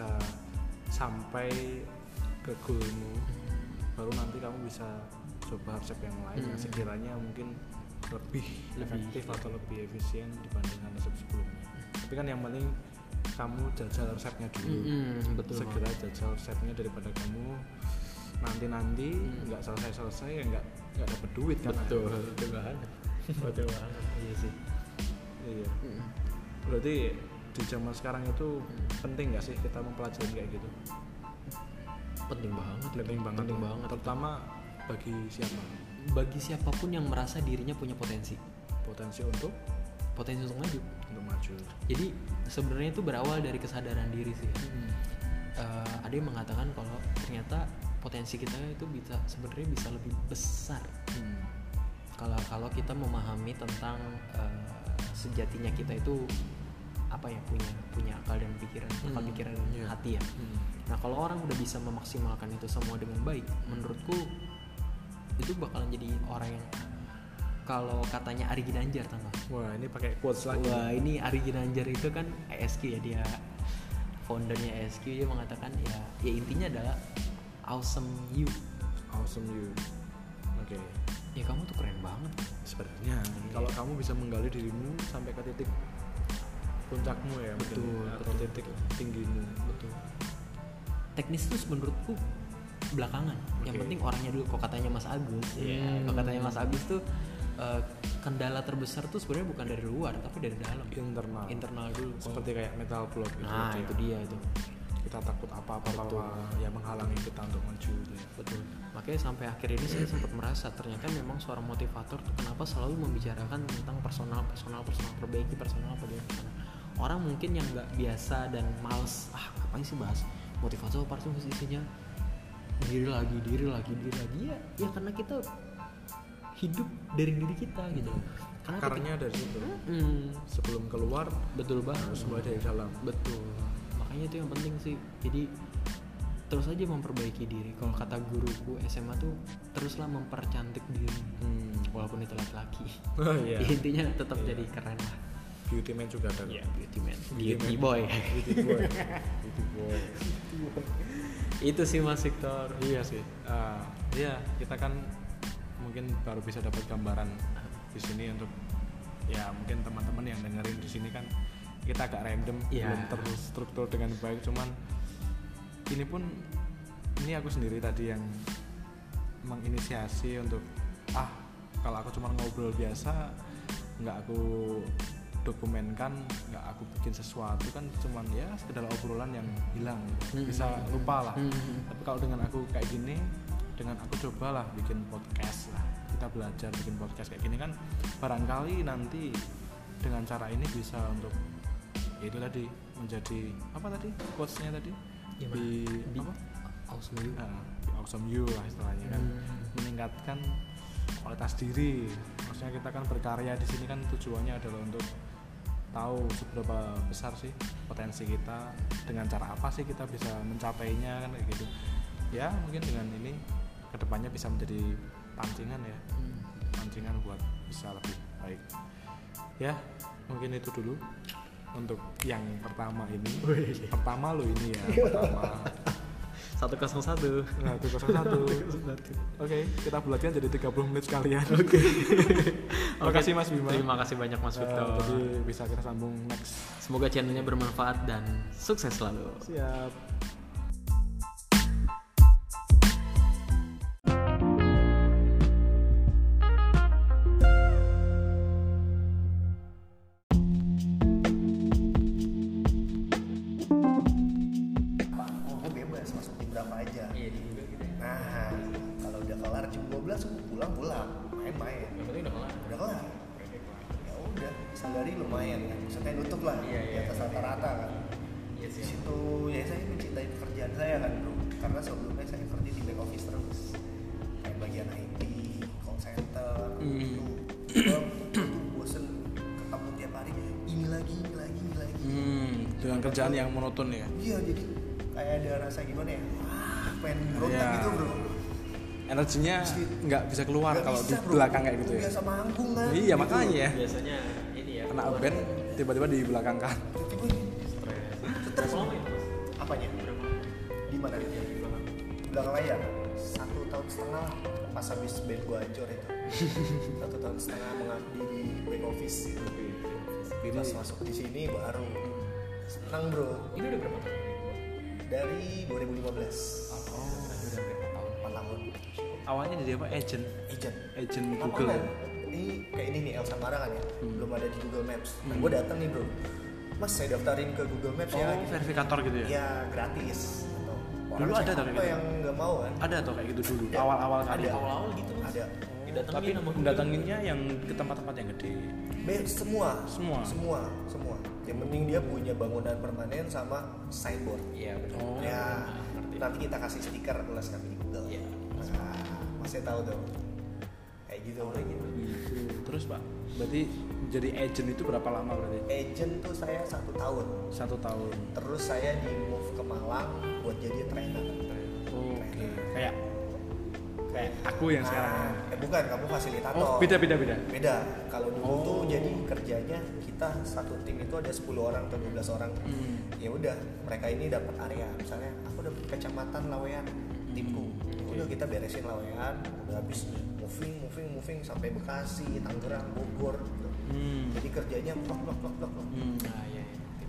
sampai ke goalmu, baru nanti kamu bisa coba resep yang lain hmm. yang sekiranya mungkin lebih, lebih efektif atau lebih efisien dibandingkan resep sebelumnya. Tapi kan yang penting kamu jajal resepnya dulu, hmm, betul, segera jajal resepnya daripada kamu nanti-nanti nggak hmm. selesai-selesai ya nggak nggak dapet duit kan. Betul, betul banget. Betul banget. Iya sih. Iya. Hmm. Berarti di zaman sekarang itu hmm. penting nggak sih kita mempelajari kayak gitu? Penting banget. Penting banget. Penting banget. Terutama bagi siapa? Bagi siapapun yang merasa dirinya punya potensi. Potensi untuk? Potensi untuk maju. Untuk maju. Jadi sebenarnya itu berawal dari kesadaran diri sih. Hmm. Uh, ada yang mengatakan kalau ternyata potensi kita itu bisa sebenarnya bisa lebih besar hmm. kalau kalau kita memahami tentang uh, sejatinya kita itu apa ya, punya punya akal dan pikiran, hmm. akal pikiran dan yeah. hati ya. Hmm. Nah kalau orang udah bisa memaksimalkan itu semua dengan baik, menurutku itu bakalan jadi orang yang kalau katanya Ari Ginanjar, tahu nggak? Wah ini pakai quotes lagi. Wah ini Ari Ginanjar itu kan E S Q ya, dia foundernya E S Q. Dia mengatakan ya ya intinya adalah awesome you, awesome you. Oke. Okay. Ya kamu tuh keren banget sebenarnya. Yeah. Kalau kamu bisa menggali dirimu sampai ke titik puncakmu ya, betul, mungkin, atau betul, titik betul. tinggimu. Betul. Teknis itu menurutku belakangan. Okay. Yang penting orangnya dulu. Kok katanya Mas Agus? Iya. Yeah. Kok katanya Mas Agus tuh uh, kendala terbesar tuh sebenarnya bukan dari luar tapi dari dalam. Internal. Internal dulu. Seperti kayak metal block. Nah itu, itu dia itu. Kita takut apa-apa yang menghalangi kita untuk maju gitu. Betul. Makanya sampai akhir ini saya sempat merasa ternyata memang seorang motivator tuh kenapa selalu membicarakan tentang personal, personal, personal, perbaiki personal apa dia. Orang mungkin yang nggak biasa dan males, ah ngapain sih bahas motivator, pasti isinya diri lagi, diri lagi, diri lagi ya, ya karena kita hidup dari diri kita gitu. Karena akarnya kita, dari situ. Hmm, sebelum keluar, betul banget. Harus mulai dari dalam. Betul. Makanya itu yang penting sih. Jadi terus aja memperbaiki diri. Kalau kata guruku S M A tuh teruslah mempercantik diri. Hmm. Walaupun itu laki-laki. Oh, iya. Intinya tetap iya. jadi keren lah. Beauty man juga ada. Iya, beauty man. Beauty, beauty boy. Beauty boy. Beauty boy. Itu sih Mas Victor. Iya sih. Uh, iya, kita kan mungkin baru bisa dapat gambaran di sini untuk ya mungkin teman-teman yang dengerin di sini kan kita agak random, yeah. belum terstruktur dengan baik, cuman ini pun ini aku sendiri tadi yang menginisiasi untuk ah kalau aku cuma ngobrol biasa nggak aku dokumenkan, nggak aku bikin sesuatu kan cuman ya sekedar obrolan yang hilang, mm-hmm. bisa lupa lah. Mm-hmm. Tapi kalau dengan aku kayak gini, dengan aku cobalah bikin podcast lah, kita belajar bikin podcast kayak gini kan barangkali nanti dengan cara ini bisa untuk ya itu tadi menjadi apa tadi quotes-nya tadi ya, be, be apa awesome you, nah, be awesome you lah istilahnya kan, hmm. meningkatkan kualitas diri. Maksudnya kita kan berkarya di sini kan tujuannya adalah untuk tahu seberapa besar sih potensi kita, dengan cara apa sih kita bisa mencapainya kan kayak gitu ya. Mungkin dengan ini kedepannya bisa menjadi pancingan ya, hmm. pancingan buat bisa lebih baik ya. Mungkin itu dulu untuk yang pertama ini. Wih. Pertama lo ini ya pertama satu nol satu. Nah, satu nol satu. Oke, kita bulatkan jadi tiga puluh menit sekalian. Oke. Terima kasih Mas Bima. Terima kasih banyak Mas Victor. Uh, jadi bisa kita sambung next. Semoga channelnya bermanfaat dan sukses selalu. Siap. Pulang-pulang, main-main. Yang penting udah kelar. Udah kelar. Ya udah, salary lumayan kan. Maksudnya nutup lah, iya, di iya, atas iya, rata-rata kan. Iya, Di situ ya saya mencintai pekerjaan saya kan bro. Karena sebelumnya saya kerja di back office terus, kayak bagian I T, call center. Mm. Itu gue tuh bosen ketemu tiap hari. Ini lagi, ini lagi, ini lagi. Hmm, dengan kerjaan yang monoton ya. Iya, jadi kayak ada rasa gimana ya? Wah, pengen berontak Iya. gitu bro. Energinya nggak bisa keluar Gak kalau bisa, di bro. belakang kayak gitu ya. Biasa manggung kan. Iya gitu. makanya ya. Biasanya ini ya. Kena band tiba-tiba di belakang kan. Tiba-tiba Stres. Stres. Berapa lama itu, Mas? apanya? Di mana? Kerja di belakang. Di belakang layar. Satu tahun setengah lah, pas habis band gua hancur itu. Satu tahun setengah mengabdi di back office gitu. Pas masuk di sini baru senang bro. Ini udah berapa tahun? Dari dua ribu lima belas. Oh, udah berapa tahun? empat tahun. Awalnya jadi apa? Agent. Agent. Agent Lapangan. Google. Ya? Ini kayak ini nih Elsa Mara kan ya, Hmm. belum ada di Google Maps. Nah, Hmm. gue datang nih bro, Mas saya daftarin ke Google Maps Oh, ya. verifikator gitu ya? Ya gratis. Atau Dulu ada tuh apa kayak gitu? yang nggak mau kan? Ada tuh kayak gitu dulu. Ada. Awal-awal kali. Ada. Awal-awal gitu, Mas. Ada. Didatengin Tapi sama Google. mendatanginnya yang ke tempat-tempat yang gede. Be, semua, Semua? semua, semua. Yang penting dia punya bangunan permanen sama signboard. Iya, benar. Oh. Ya, ngerti. nanti kita kasih stiker tulis kami di Google. Iya. Nah, masih tahu tuh. Kayak gitu, kayak gitu. Gitu. Terus Pak, berarti jadi agent itu berapa lama berarti? Agent tuh saya satu tahun. Satu tahun. Terus saya di move ke Malang buat jadi trainer. Oh, Oke. Kayak kayak aku yang sekarang. Nah, eh bukan, kamu fasilitator. Oh, beda beda beda. Beda. Kalau dulu Oh. tuh jadi kerjanya kita satu tim itu ada sepuluh orang atau dua belas orang. Hmm. Ya udah, mereka ini dapat area. Misalnya aku dapat kecamatan Lawean, timku. Ya udah kita beresin Lawean, udah habis moving, moving, moving sampai Bekasi, Tangerang, Bogor gitu. Hmm. Jadi kerjanya plok plok plok plok. plok. Hmm. Nah, iya.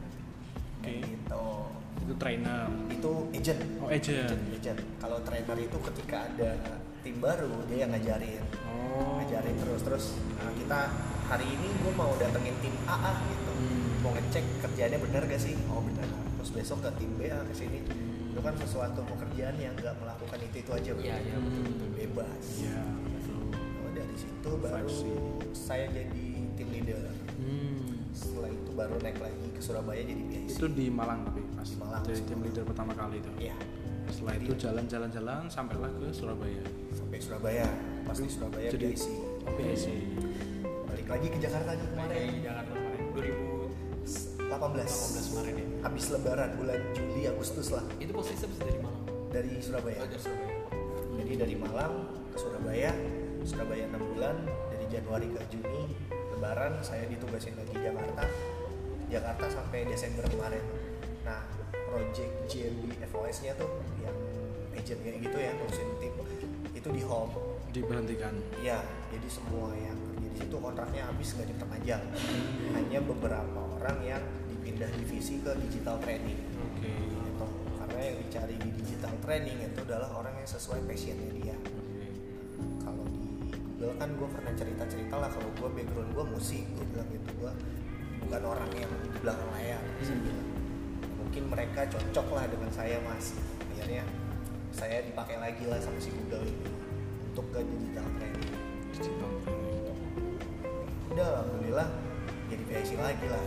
Oke. Kayak gitu. Itu trainer. Itu agent. Oh, agent. Agent. Kalau trainer itu ketika ada tim baru dia yang ngajarin. Oh. ngajarin terus terus nah, kita hari ini gue mau datengin tim A A gitu Hmm. mau ngecek kerjaannya benar gak sih oh benar terus besok ke tim B A ke sini itu kan sesuatu pekerjaan yang nggak melakukan itu itu aja Iya, iya, betul, betul. bebas Iya, betul. oh, dari situ baru Versi. saya jadi tim leader Hmm. setelah itu baru naik lagi ke Surabaya jadi B I C Itu di Malang tapi pas Di Malang. jadi tim leader pertama kali itu. iya Setelah itu jalan-jalan-jalan sampailah ke Surabaya. sampai Surabaya pas di Surabaya Jadi B I C oh, B I C. balik lagi ke Jakarta nih Kemarin kemarin di Jakarta kemarin dua ribu delapan belas delapan belas kemarin ya. habis lebaran bulan Juli Agustus lah Itu posisi habis dari Malang. dari Surabaya. Oh, dari Surabaya. Jadi dari Malang ke Surabaya, Surabaya enam bulan, dari Januari ke Juni, Lebaran saya ditugasin lagi Jakarta, Jakarta sampai Desember kemarin. Nah, project J M B F O S-nya tuh yang agent kayak gitu ya, ngurusin tim itu di home. Diberhentikan. Iya, jadi semua yang kerja di situ kontraknya habis nggak diperpanjang. Hanya beberapa orang yang dipindah divisi ke digital training. Oke. Gitu. Karena yang dicari di digital training itu adalah orang yang sesuai passionnya dia. Oke. Kalau di Google kan gue pernah cerita-cerita lah kalau gue background gue musik, gue bilang gitu gue bukan orang yang di belakang layar. Saya Hmm. bilang. Mungkin mereka cocok lah dengan saya mas. Akhirnya saya dipakai lagi lah sama si Google ini untuk ke digital training. Digital training. Udah alhamdulillah jadi P I C lagi lah.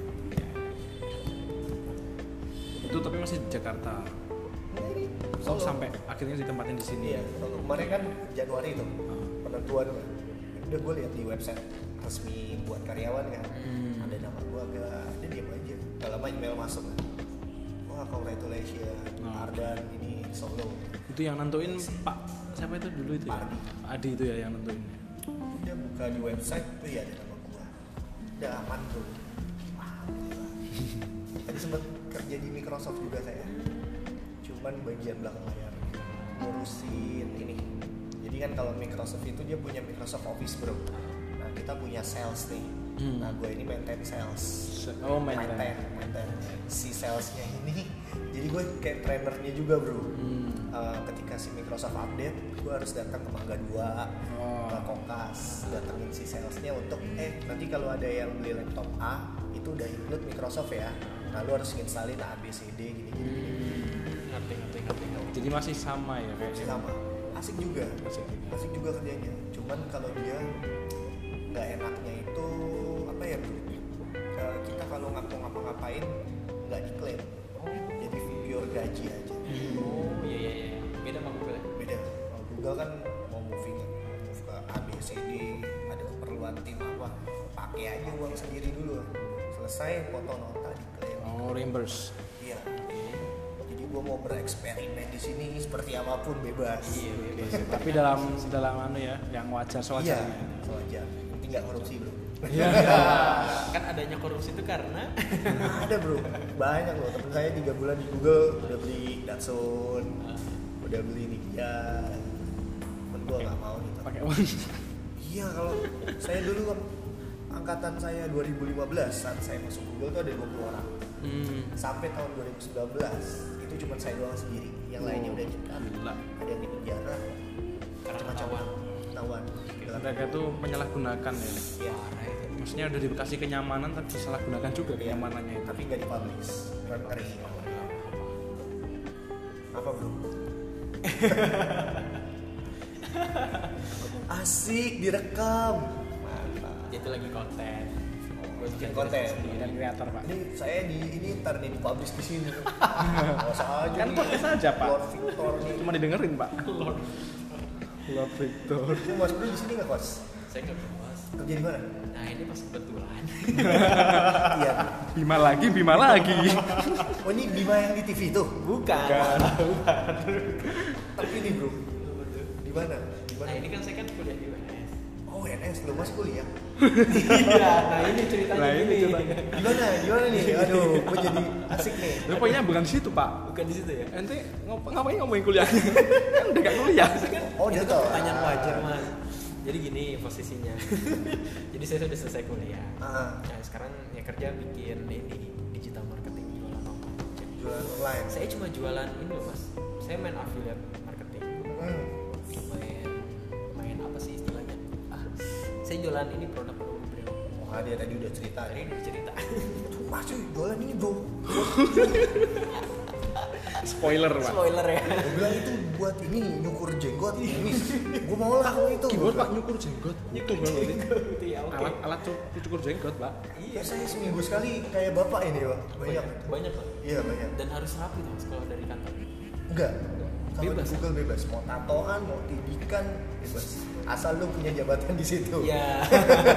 Itu tapi masih di Jakarta. Nah, ini Oh, Solo. sampai akhirnya ditempatin di sini. Iya, Solo. Kemarin kan Januari itu Ah. penentuan kan. Udah gue lihat di website resmi buat karyawan kan. Hmm. Ada nama gue agak ada diam aja. Gak lama email masuk kan. Wah congratulations Oh. Ardan ini Solo. Itu yang nentuin Pak siapa itu dulu itu ya? Pak Adi. Adi itu ya yang nentuin. Udah buka di website tuh ya ada nama gue. Udah aman tuh. Wah, gila. Tadi sempat kerja di Microsoft juga saya. Cuma cuman bagian belakang layar ngurusin ini. Jadi kan kalau Microsoft itu dia punya Microsoft Office bro. Nah kita punya sales nih. Hmm. Nah gue ini maintain sales. Oh maintain. maintain, maintain. Si salesnya ini. Jadi gue kayak trainernya juga bro. Hmm. Uh, ketika si Microsoft update, gue harus datang ke Mangga dua, oh. ke Kokas, datengin si salesnya untuk eh nanti kalau ada yang beli laptop A itu udah include Microsoft ya. Nah lu harus installin A B C D gini gini. Hmm. Ngerti ngerti ngerti. Jadi masih sama ya kayak. Masih sama. Asik juga, asik, asik juga kerjanya. Cuman kalau dia nggak enaknya itu apa ya bro? Uh, kita kalau ngapa-ngapain nggak diklaim. Jadi pure gaji aja. Oh iya iya iya. Beda sama Google. Beda. Kalau Google kan mau moving move ke A B C D, ada keperluan tim apa, pakai aja uang sendiri dulu. Selesai foto nota diklaim. Oh reimburse. Iya. Jadi gua mau bereksperimen di sini seperti apapun bebas. Iya bebas. Tapi dalam dalam anu ya, yang wajar sewajarnya. Iya, sewajar. Penting nggak korupsi bro. Iya. Kan adanya korupsi itu karena ada bro, banyak loh. Temen saya tiga bulan di Google udah beli Datsun, uh. udah beli Nvidia. Temen gue nggak mau gitu. Pakai uang. Iya kalau saya dulu angkatan saya dua ribu lima belas saat saya masuk Google tuh ada dua puluh orang. Hmm. Sampai tahun dua ribu sembilan belas itu cuma saya doang sendiri. Yang oh. lainnya udah cekat. Ada yang di penjara. Macam-macam ketahuan. Mereka tuh menyalahgunakan ya. Iya. Maksudnya udah dikasih kenyamanan tapi disalahgunakan juga kenyamanannya itu. Tapi nggak dipublish. Ngeri. Apa bro? Asik direkam. Mantap. Itu lagi konten. Oh, bikin konten. Dan kreator pak. Ini saya di ini ntar nih dipublish di sini. Nggak usah aja. Kan podcast aja pak. Lord Victor nih. Cuma didengerin pak. Lord. Lord Victor. Mas bro di sini nggak kos? Saya nggak kos. Kerja di mana? Nah ini pas kebetulan. Iya. Bima lagi, Bima lagi. Oh ini Bima yang di T V tuh? Bukan. Bukan. Tapi ini bro. Di mana? Di mana? Nah ini kan saya kan kuliah di U N S. Oh U N S belum masih kuliah? Iya. Nah ini ceritanya nah, gini. Di mana? Di mana nih? Aduh, gue jadi asik nih. Tapi pokoknya bukan di situ pak. Bukan di situ ya. Ente ngop- ngapain ngomongin kuliah? Kan udah gak kuliah. Oh itu dia kan tahu. pertanyaan wajar mas. Jadi gini posisinya. Jadi saya sudah selesai kuliah. Uh-huh. Nah sekarang ya kerja bikin ini digital marketing jualan online. Jualan online. Saya cuma jualan ini loh mas. Saya main affiliate marketing. Hmm. Main main apa sih istilahnya? Ah, saya jualan ini produk produk bro. Wah dia tadi udah cerita. Tadi udah cerita. Wah cuy jualan ini bro. Spoiler pak. Spoiler ya. Gue bilang itu buat ini nyukur jenggot ini. Gue mau lah itu. Keyboard pak nyukur jenggot. Itu berarti. Itu ya oke. Alat alat cukur jenggot pak. Iya saya seminggu sekali kayak bapak ini pak. Banyak. Banyak pak. Iya banyak. Dan harus rapi tuh mas kalau dari kantor. Enggak. Kalau Bebas. di Google bebas. Mau tatoan, mau tindikan bebas. Asal lu punya jabatan di situ. Iya.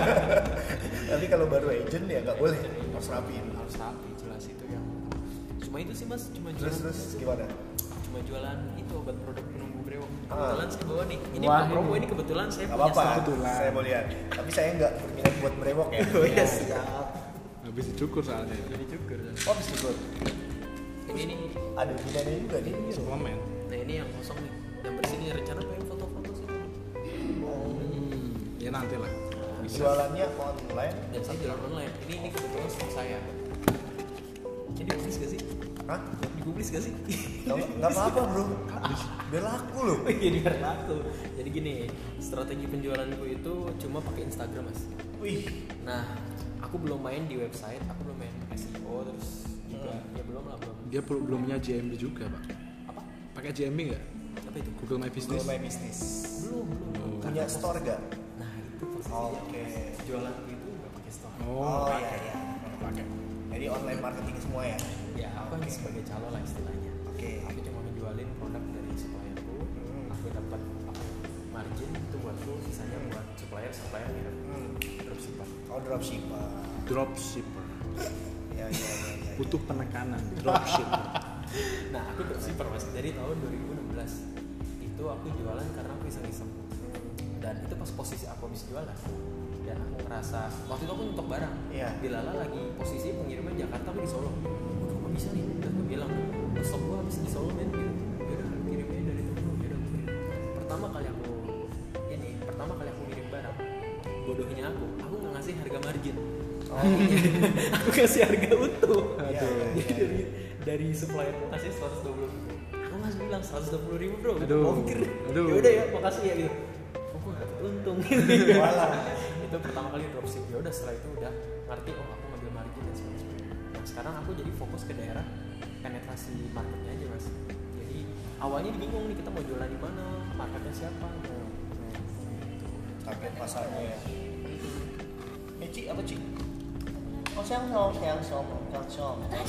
Tapi kalau baru agent ya nggak boleh. Harus rapi. Harus rapi jelas itu yang. Cuma itu sih mas, cuma terus jualan. terus gimana? Cuma jualan itu obat produk penumbuh brewok. Kebetulan saya bawa nih. Ini Wah, promo ini. ini kebetulan saya Gak punya apa-apa. stok. Kebetulan. Saya mau lihat. Tapi saya nggak berminat buat brewok ya. Oh iya siap. Habis dicukur soalnya. Jadi cukur. Oh bisa ikut. Ini nih. Ada gunanya juga nih. Suplemen. Nah ini yang kosong nih. Yang bersih nih rencana pengen foto-foto sih. Oh. Hmm, ya nanti lah. Jualannya online. Dan saya jualan online. Ini ini kebetulan stok saya. Jadi publis gak sih? Hah? Dipublis gak sih? Gak apa-apa bro. Biar laku loh. Jadi biar laku. Jadi gini, strategi penjualanku itu cuma pakai Instagram mas. Wih. Nah, aku belum main di website, aku belum main S E O terus juga hmm. ya belum lah belum. Dia belum belum punya J M B juga pak. Apa? Pakai J M B nggak? Apa itu? Google My Business. Google My Business. Belum belum. Oh. Punya store gak? Nah itu posisinya. Oke. Okay. Jualanku itu nggak pakai store. Oh, Oh, iya iya. pakai. Jadi online marketing semua ya? Ya aku kan sebagai calo lah istilahnya. Oke. Okay. Aku cuma ngejualin produk dari supplierku. Hmm. Aku dapat apa? Margin itu buatku, sisanya buat supplier supplier ya. Hmm. Dropshipper. Oh dropshipper. Dropshipper. Ya ya ya. ya. Butuh penekanan. Dropshipper. Nah aku dropshipper mas dari tahun dua ribu enam belas itu aku jualan karena aku iseng-iseng. Dan itu pas posisi aku habis jualan. Dan aku ngerasa waktu itu aku nyetok barang. Iya. Dilala lagi posisi pengiriman Jakarta aku di Solo. Udah gak bisa nih. Dan aku bilang, stok gua habis di Solo men. Gitu. pertama kali aku ini pertama kali aku ngirim barang, bodohnya aku aku nggak ngasih harga margin. Oh. Aku kasih harga utuh. Iya, iya, iya. dari dari supplier aku kasih seratus dua puluh ribu, aku masih bilang seratus dua puluh ribu bro, aduh, ongkir. aduh. Ya udah ya makasih ya gitu. Aku nggak dapet untung. Walah. Itu pertama kali dropship. Ya udah setelah itu udah ngerti oh aku ngambil margin dan sebagainya. Nah sekarang aku jadi fokus ke daerah penetrasi marketnya aja mas. Jadi awalnya bingung nih kita mau jualan di mana, marketnya siapa. Nah, Target pasarnya ya. Eh Ci, apa Ci? 我相信我相信我相信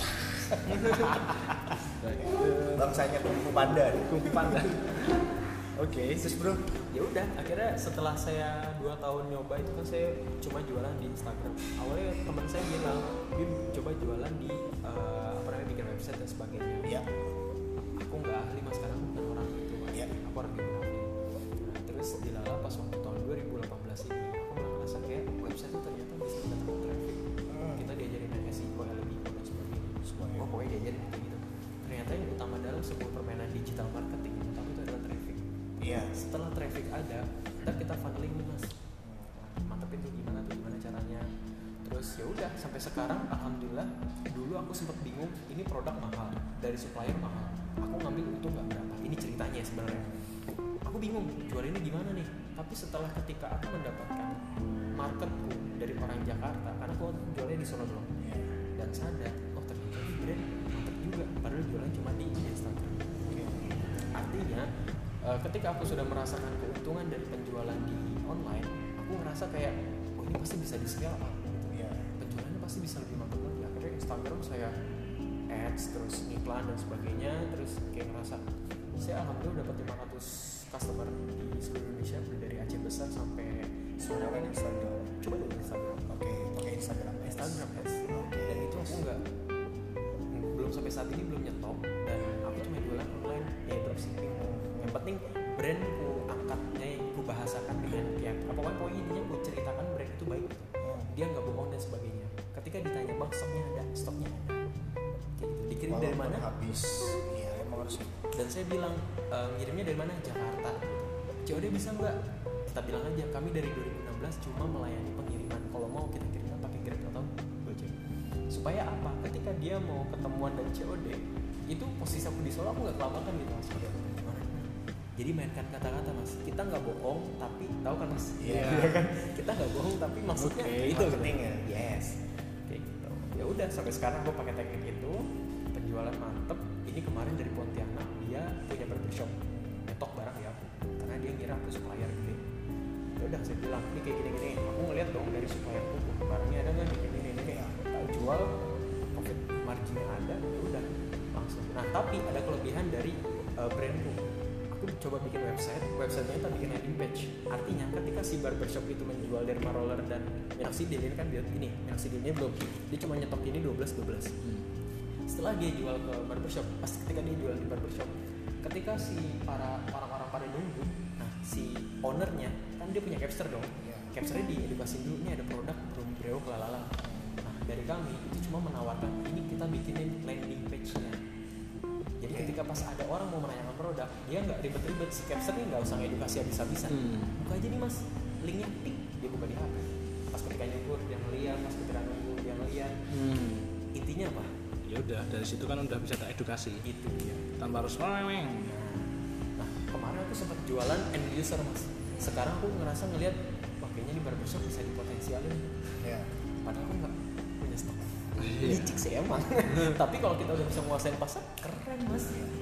Bangsanya kungfu panda. Kungfu panda. Oke, Okay. Terus bro, ya udah akhirnya setelah saya dua tahun nyoba itu kan saya cuma jualan di Instagram. Awalnya teman saya bilang, Bim coba jualan di uh, apa namanya bikin website dan sebagainya. ya. Aku nggak ahli mas, karena aku bukan orang itu mas. Ya. Aku orang geografi. Nah, terus dilala pas waktu tahun dua ribu delapan belas ini aku malah ngerasa kayak website itu ternyata bisa mendatangkan traffic. Hmm. Kita diajarin S E O, L B O dan sebagainya. Semuanya. Oh, pokoknya diajarin kayak gitu. Ternyata yang utama dalam sebuah permainan digital marketing yang utama itu adalah traffic. Iya. Setelah traffic ada, ntar kita funneling nih mas. Mantepin tuh gimana tuh gimana caranya. Terus ya udah sampai sekarang alhamdulillah. Dulu aku sempat bingung, ini produk mahal, dari supplier mahal. Aku ngambil untung nggak berapa. Ini ceritanya sebenarnya. Aku bingung jual ini gimana nih. Tapi setelah ketika aku mendapatkan marketku dari orang Jakarta, karena aku waktu itu jualnya di Solo doang, dan sadar, oh ternyata ini brand mantep juga. Padahal jualan cuma di Instagram. Artinya uh, ketika aku sudah merasakan keuntungan dari penjualan di online, aku ngerasa kayak oh ini pasti bisa di scale up gitu. Iya. Penjualannya pasti bisa lebih mantap lagi. Akhirnya Instagram saya ads terus iklan dan sebagainya, terus kayak ngerasa saya alhamdulillah dapat lima ratus customer di seluruh Indonesia, mulai dari Aceh besar sampai Menggunakan Instagram. coba dulu Instagram. Oke, pakai Instagram. Instagram ads. Oke. Dan itu aku nggak belum sampai saat ini belum nyetop, dan aku cuma jualan online ya dropshipping. Yang penting brand ku angkatnya, ku bahasakan dengan ya apa pokoknya intinya ku ceritakan brand itu baik. Dia nggak bohong dan sebagainya. Ketika ditanya bang stoknya ada, stoknya ada. Kayak gitu. Dikirim dari Walaupun mana? habis. Iya, emang harus gitu. Dan saya bilang e, ngirimnya dari mana? Jakarta. C O D bisa nggak? Kita bilang aja kami dari dua ribu enam belas cuma melayani pengiriman. Kalau mau kita kirimkan pakai Grab atau Gojek. Supaya apa? Ketika dia mau ketemuan dan C O D, itu posisi aku di Solo aku nggak kelabakan gitu mas. Jadi mainkan kata-kata mas. Kita nggak bohong tapi tahu kan mas? Iya. Kan? Kita nggak bohong tapi maksudnya Oke, itu marketing ya. Yes. Kayak gitu. Ya udah sampai sekarang gue pakai teknik itu, penjualan mantep. Ini kemarin dari Pontianak, dia punya barbershop, nyetok barang ya aku, karena dia ngira aku supplier gede. Ya udah saya bilang ini kayak gini-gini. Aku ngeliat dong dari supplierku, barangnya ada nggak nih ini ini ini. Tak jual, profit marginnya ada, ya udah langsung. Nah tapi ada kelebihan dari uh, brandku. Aku coba bikin website, websitenya tak bikin landing page. Artinya ketika si barbershop itu menjual derma roller dan minoxidil, ini kan dia ini minoxidilnya belum, dia cuma nyetok ini dua belas dua belas. Setelah dia jual ke barbershop, pas ketika dia jual di barbershop, ketika si para orang-orang pada nunggu, nah si ownernya kan dia punya capster dong, capsternya diedukasi dulu, ini ada produk belum brewok lalala. Nah dari kami itu cuma menawarkan ini kita bikinin landing page-nya. Jadi ketika pas ada orang mau menanyakan produk, dia nggak ribet-ribet, si capsternya nggak usah ngedukasi habis-habisan. Hmm. Buka aja nih mas, linknya tik, dia buka di H P. Pas ketika nyukur dia ngeliat, pas ketika nunggu dia ngeliat. Hmm. Intinya apa? Ya udah dari situ kan udah bisa teredukasi. Itu dia. Tanpa harus meweng. Nah kemarin aku sempat jualan end user mas. Sekarang aku ngerasa ngeliat, wah kayaknya di barbershop bisa dipotensialin. Ya. Padahal aku nggak punya stok. Licik sih emang. Tapi kalau kita udah bisa menguasain pasar, keren mas.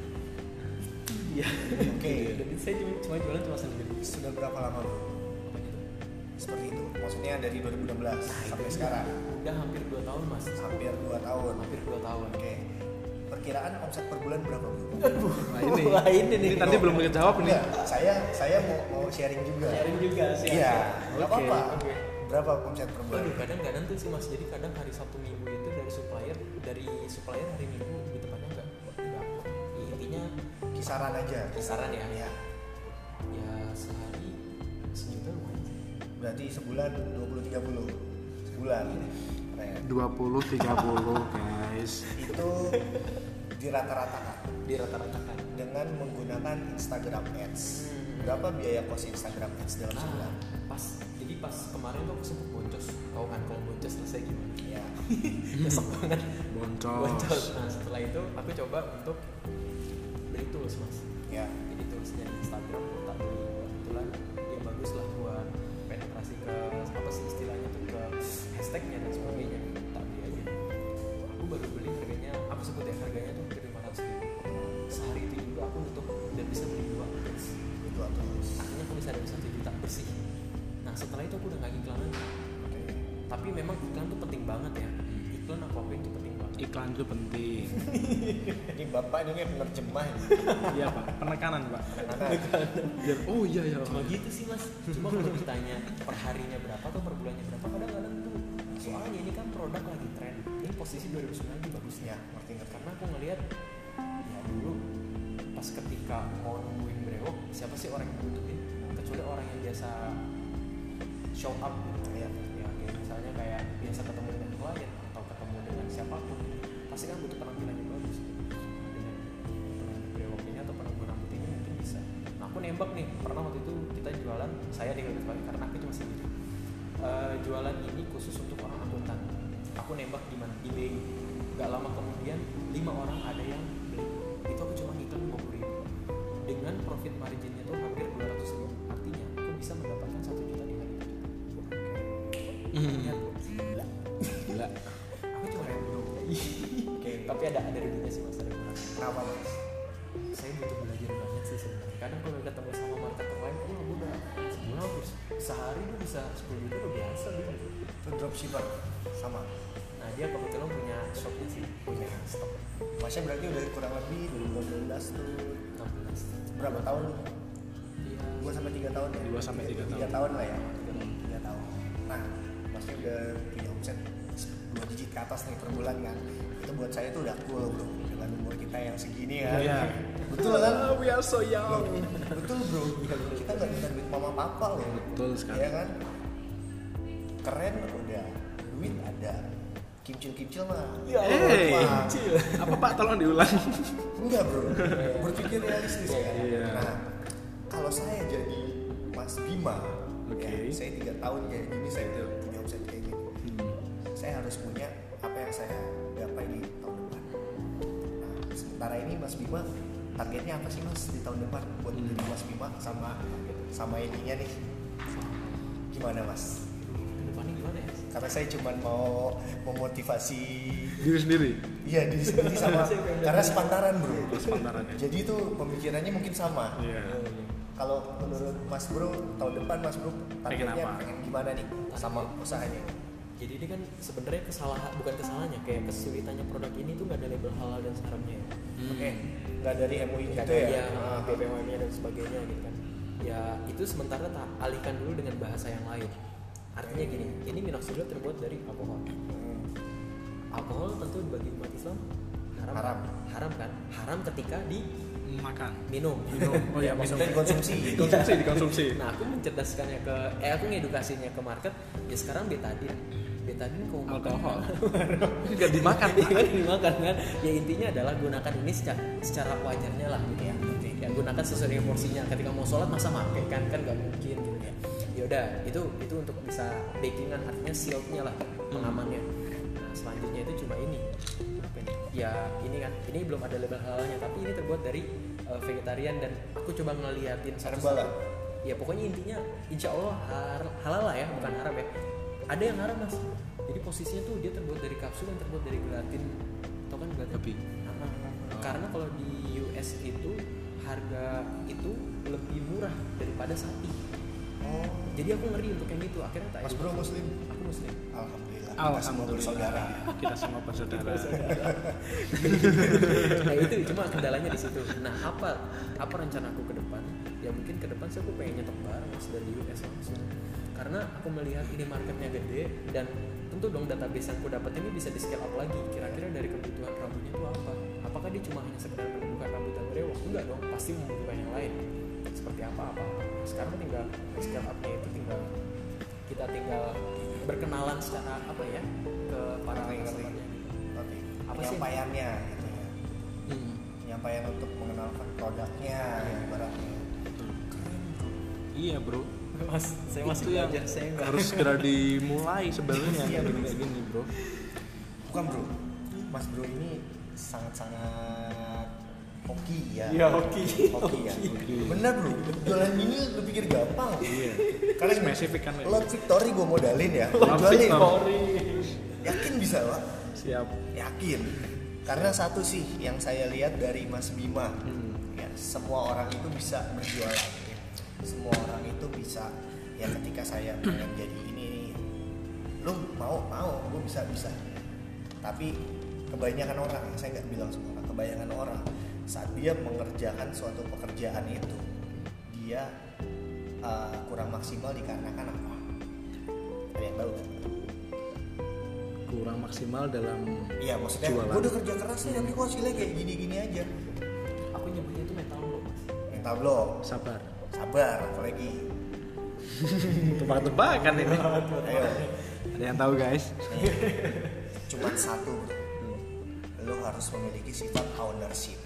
Iya. Oke. Jadi saya cuma, cuma jualan cuma sendiri. Sudah berapa lama bro? Apa itu? Seperti itu. Maksudnya dari dua ribu enam belas Nah, sampai itu sekarang. Udah hampir dua tahun mas. Hampir dua tahun. Hampir dua tahun. Oke. Perkiraan omset per bulan berapa bro? Nah ini, Wah, ini nih. ini tadi belum kejawab nih. Enggak, saya saya mau mau sharing juga. Sharing juga sih. Iya. Enggak Oke. apa-apa. Oke. Berapa omset per bulan? Waduh, kadang-kadang tuh sih mas. Jadi kadang hari Sabtu Minggu itu dari supplier, dari supplier hari Minggu lebih tepatnya enggak. Enggak. Ya, intinya Kisaran aja. kisaran ya. Ya. Ya sehari sejuta lumayan sih. Berarti sebulan dua puluh tiga puluh. Sebulan. Keren. dua puluh tiga puluh guys. Itu dirata-ratakan Di rata-rata kan. dengan menggunakan Instagram Ads. Hmm. berapa biaya kos Instagram Ads dalam nah, sebulan? Pas jadi pas kemarin tuh aku sempet boncos. Tahu kan kalau boncos selesai gimana? Ya. Nyesek banget. Boncos. Boncos. Nah setelah itu aku coba untuk beli tools mas. Ya. Jadi toolsnya di Instagram aku tak beli kebetulan ya bagus lah buat penetrasi ke apa sih istilahnya tuh ke hashtagnya dan sebagainya. Tak beli aja. Aku baru beli harganya, aku sebut ya harganya tuh hampir lima ratus ribu. Sehari itu juga aku nutup dan bisa beli dua tools. Dua tools. Akhirnya aku bisa dari satu juta bersih. Nah setelah itu aku udah nggak iklan lagi. Oke. Tapi memang iklan tuh penting banget ya. Iklan aku akuin tuh penting banget. Iklan itu penting. Ini bapak ini penerjemah. Iya pak, penekanan pak. Penekanan. Biar, oh iya ya. Cuma gitu sih mas. Cuma kalau ditanya per harinya berapa atau per bulannya berapa kadang-kadang tuh. Soalnya ini kan produk lagi tren. Ini posisi dua ribu sembilan lagi bagus Ya, ngerti ngerti. karena aku ngelihat ya dulu pas ketika mau nungguin brewok siapa sih orang yang butuhin kecuali orang yang biasa show up gitu Ya. ya kayak misalnya kayak biasa ketemu dengan klien atau ketemu dengan siapapun pasti kan butuh penampilan yang bagus dengan penampilan brewok ini atau penampilan rambut ini mungkin bisa. Nah aku nembak nih pernah waktu itu kita jualan saya di Kalimantan karena aku cuma sendiri uh, jualan ini khusus untuk orang akuntan. Aku nembak di mana di B I. Gak lama kemudian lima orang ada yang beli. Itu aku cuma ngiklan lima puluh ribu dengan profit marginnya tuh hampir dua ratus ribu. Artinya aku bisa mendapatkan satu juta di hari itu. Lihat, gila. Gila. Aku cuma random. Oke. Tapi ada ada ruginya sih mas, ada kurang. Kenapa mas? Saya butuh belajar banyak sih sebenarnya. Kadang kalau ketemu sama marketer lain, oh aku udah sebulan hampir sehari tuh bisa sepuluh juta udah biasa gitu. Itu dropshipper sama. Nah dia kebetulan punya shopnya sih, punya stok Masnya berarti udah kurang lebih dua ribu delapan belas tuh enam belas. berapa tahun? Iya. dua sampai tiga tahun ya? dua sampai tiga tiga tahun. tahun lah ya. tiga tahun. Nah, masnya udah punya omset dua digit ke atas nih per bulan kan. Itu buat saya tuh udah cool bro. Dengan umur kita yang segini ya. Iya. Betul kan? We are so young. Betul bro. Kita nggak minta duit mama papa loh. Betul sekali. Iya kan? Keren udah. Duit ada. Kimcil-kimcil mah. Ya Hey, Wah. apa pak? Tolong diulang. Enggak bro. Berpikir realistis kan. Iya. Nah, kalau saya jadi Mas Bima, Oke. ya, saya tiga tahun kayak gini, saya udah punya omset kayak gini. Hmm. Saya harus punya apa yang saya gapai di tahun depan. Nah, sementara ini Mas Bima, targetnya apa sih Mas di tahun depan buat menjadi Mas Bima sama sama ininya nih? Gimana Mas? Kedepannya gimana ya? Karena saya cuma mau memotivasi, Diri sendiri. iya diri sendiri sama, karena sepantaran bro. Sepantaran ya. Jadi itu pemikirannya mungkin sama. Iya. Kalau menurut Mas Bro, tahun depan Mas Bro targetnya Pengen apa? pengen gimana nih sama usahanya? Jadi ini kan sebenarnya kesalahan, bukan kesalahannya, kayak kesulitannya produk ini tuh nggak ada label halal dan haramnya ya. Oke, nggak dari M U I Nggak gitu ada ya? ya, Ah, B P O M-nya dan sebagainya gitu kan. Ya itu sementara tak alihkan dulu dengan bahasa yang lain. Artinya gini, ini minoxidil terbuat dari alkohol. hmm, Alkohol tentu bagi umat Islam haram. Haram. Haram kan? Haram ketika Makan. diminum. Minum. Oh ya, minum. maksudnya konsumsi. Dikonsumsi, dikonsumsi. Nah aku mencerdaskannya ke, eh aku ngedukasinya ke market. Ya sekarang betadine. Betadine kalau makan Alkohol. Enggak dimakan. Kan dimakan kan. Ya intinya adalah gunakan ini secara, secara wajarnya lah gitu ya. Ya gunakan sesuai dengan porsinya. Ketika mau sholat masa pakai kan kan nggak mungkin gitu ya. Ya udah itu itu untuk bisa backingan, artinya shieldnya lah, pengamannya. Nah selanjutnya itu cuma ini. Apa ini? Ya ini kan ini belum ada label halalnya, tapi ini terbuat dari uh, vegetarian dan aku coba ngeliatin Herbal lah. Ya pokoknya intinya insya Allah har- halal lah ya, bukan haram ya. Ada yang haram mas. Jadi posisinya tuh dia terbuat dari kapsul yang terbuat dari gelatin. Tau kan gelatin? Babi. Nah, karena kalau di U S itu harga itu lebih murah daripada sapi. Oh, Jadi aku ngeri untuk yang itu. Akhirnya tak Mas Bro Muslim? Aku muslim. Alhamdulillah. Kita semua Alhamdulillah. bersaudara. Kita semua bersaudara. Nah itu cuma kendalanya di situ. Nah apa apa rencana aku ke depan? Ya mungkin ke depan sih aku pengen nyetok barang mas dari U S langsung. Karena aku melihat ini marketnya gede dan tentu dong database yang aku dapat ini bisa di scale up lagi. Kira-kira dari kebutuhan rambutnya itu apa? Apakah dia cuma hanya sekedar menumbuhkan rambut dan brewok? Enggak dong, pasti membutuhkan yang lain. Seperti apa-apa. Sekarang tinggal scale up-nya itu tinggal kita tinggal berkenalan secara apa ya ke para Ngerti, ngerti. customer-nya gitu. Oke. Apa sih? Penyampaiannya gitu ya. Hmm. Penyampaian untuk mengenalkan produknya, ibaratnya. Keren bro. Iya bro, Mas, saya masih itu yang belajar, saya enggak. harus segera dimulai sebenarnya Iya, kayak gini kayak gini bro. Bukan bro, Mas Bro ini sangat-sangat hoki ya. Iya, hoki. Hoki ya. Hoki. Bener bro, jualan gini lu pikir gampang. Iya. Karena Spesifik kan. Lot Victory gue modalin ya. Lot Jualin. Victory. Yakin bisa pak? Siap. Yakin. Karena satu sih yang saya lihat dari Mas Bima, Hmm. ya semua orang itu bisa berjualan. Ya. Semua orang itu bisa. Ya ketika saya pengen jadi ini, lu mau mau, gue bisa bisa. Tapi kebanyakan orang, saya nggak bilang semua orang, kebanyakan orang saat dia mengerjakan suatu pekerjaan itu, dia uh, kurang maksimal dikarenakan apa? Ada yang tahu kan? Kurang maksimal dalam Iya maksudnya jualan. gue udah kerja keras nih tapi kok hasilnya kayak gini-gini aja. Aku nyebutnya itu mental block, Mas. Mental block, sabar. sabar apalagi. Tebak-tebakan ini. Ayo, Ada yang tahu guys? nih, cuman satu bro, lo harus memiliki sifat ownership.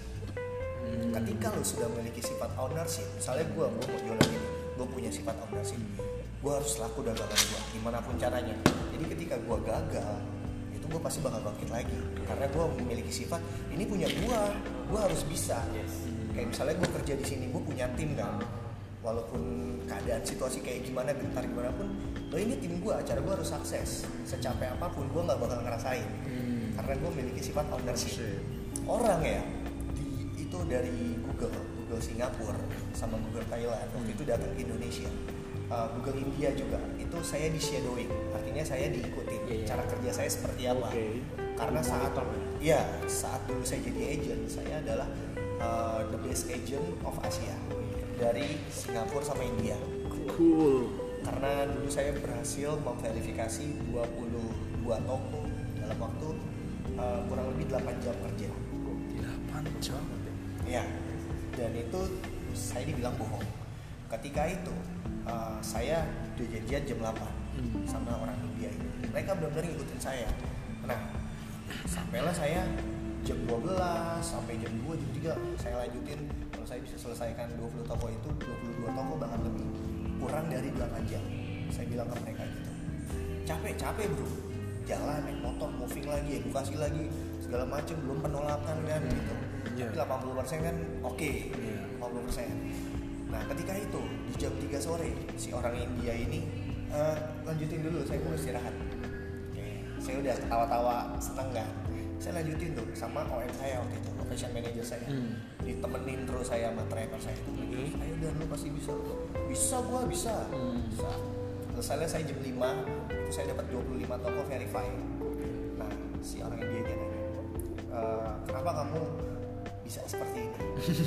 Ketika lo sudah memiliki sifat ownership, misalnya gue, gue mau jualan ini, gue punya sifat ownership, gue harus laku dagangan gue, gimana pun caranya. Jadi ketika gue gagal, itu gue pasti bakal bangkit lagi, karena gue memiliki sifat ini punya gue, gue harus bisa. Kayak misalnya gue kerja di sini, gue punya tim kan, walaupun keadaan situasi kayak gimana, gentar gimana pun, lo ini tim gue, acara gue harus sukses. Secapek apapun gue nggak bakal ngerasain, hmm. karena gue memiliki sifat ownership. Orang ya, di, itu dari Google, Google Singapura sama Google Thailand, waktu itu datang ke Indonesia. Uh, Google India juga, itu saya di shadowing, artinya saya diikutin yeah. cara kerja saya seperti apa. Okay. Karena saat, ya saat dulu saya jadi agent, saya adalah uh, the best agent of Asia dari Singapura sama India. Cool. Karena dulu saya berhasil memverifikasi dua puluh dua toko dalam waktu uh, kurang lebih delapan jam kerja. delapan jam? Ya, dan itu saya dibilang bohong. Ketika itu uh, saya udah janjian jam delapan hmm. sama orang India ini. Mereka benar-benar ngikutin saya. Nah, sampailah saya jam dua belas sampai jam dua, jam tiga saya lanjutin. Kalau saya bisa selesaikan dua puluh toko itu, dua puluh dua toko bahkan lebih, kurang dari delapan jam. Saya bilang ke mereka gitu, capek capek bro, jalan naik motor, moving lagi, edukasi lagi, segala macam, belum penolakan kan gitu. Yeah. Tapi delapan puluh persen kan oke, okay. yeah. delapan puluh persen. Nah ketika itu di jam tiga sore si orang India ini uh, lanjutin dulu, saya mau istirahat. Okay. Saya udah ketawa-tawa seneng kan, saya lanjutin tuh sama O M saya waktu itu, operation manager saya, hmm. ditemenin terus saya sama trainer saya itu, hmm. ayo dan lu pasti bisa, bisa gua bisa, hmm. bisa. Selesai saya jam lima, itu saya dapat dua puluh lima toko verify. Nah si orang India aja nanya, e, kenapa kamu bisa seperti ini?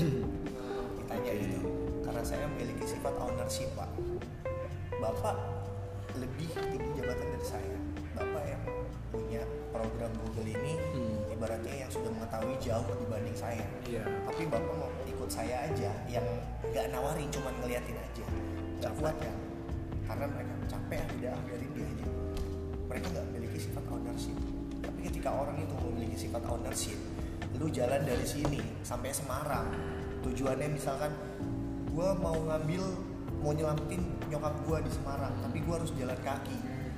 Ditanya gitu, karena saya memiliki sifat ownership pak. Bapak lebih tinggi jabatan dari saya, bapak yang punya program Google ini hmm. ibaratnya yang sudah mengetahui jauh dibanding saya. Yeah. Tapi bapak mau ikut saya aja, yang nggak nawarin, cuma ngeliatin aja, nggak kuat kan? Karena mereka capek, udah biarin dia aja. Mereka nggak memiliki sifat ownership. Tapi ketika orang itu memiliki sifat ownership, lu jalan dari sini sampai Semarang, tujuannya misalkan gue mau ngambil, mau nyelamatin nyokap gue di Semarang, tapi gue harus jalan kaki.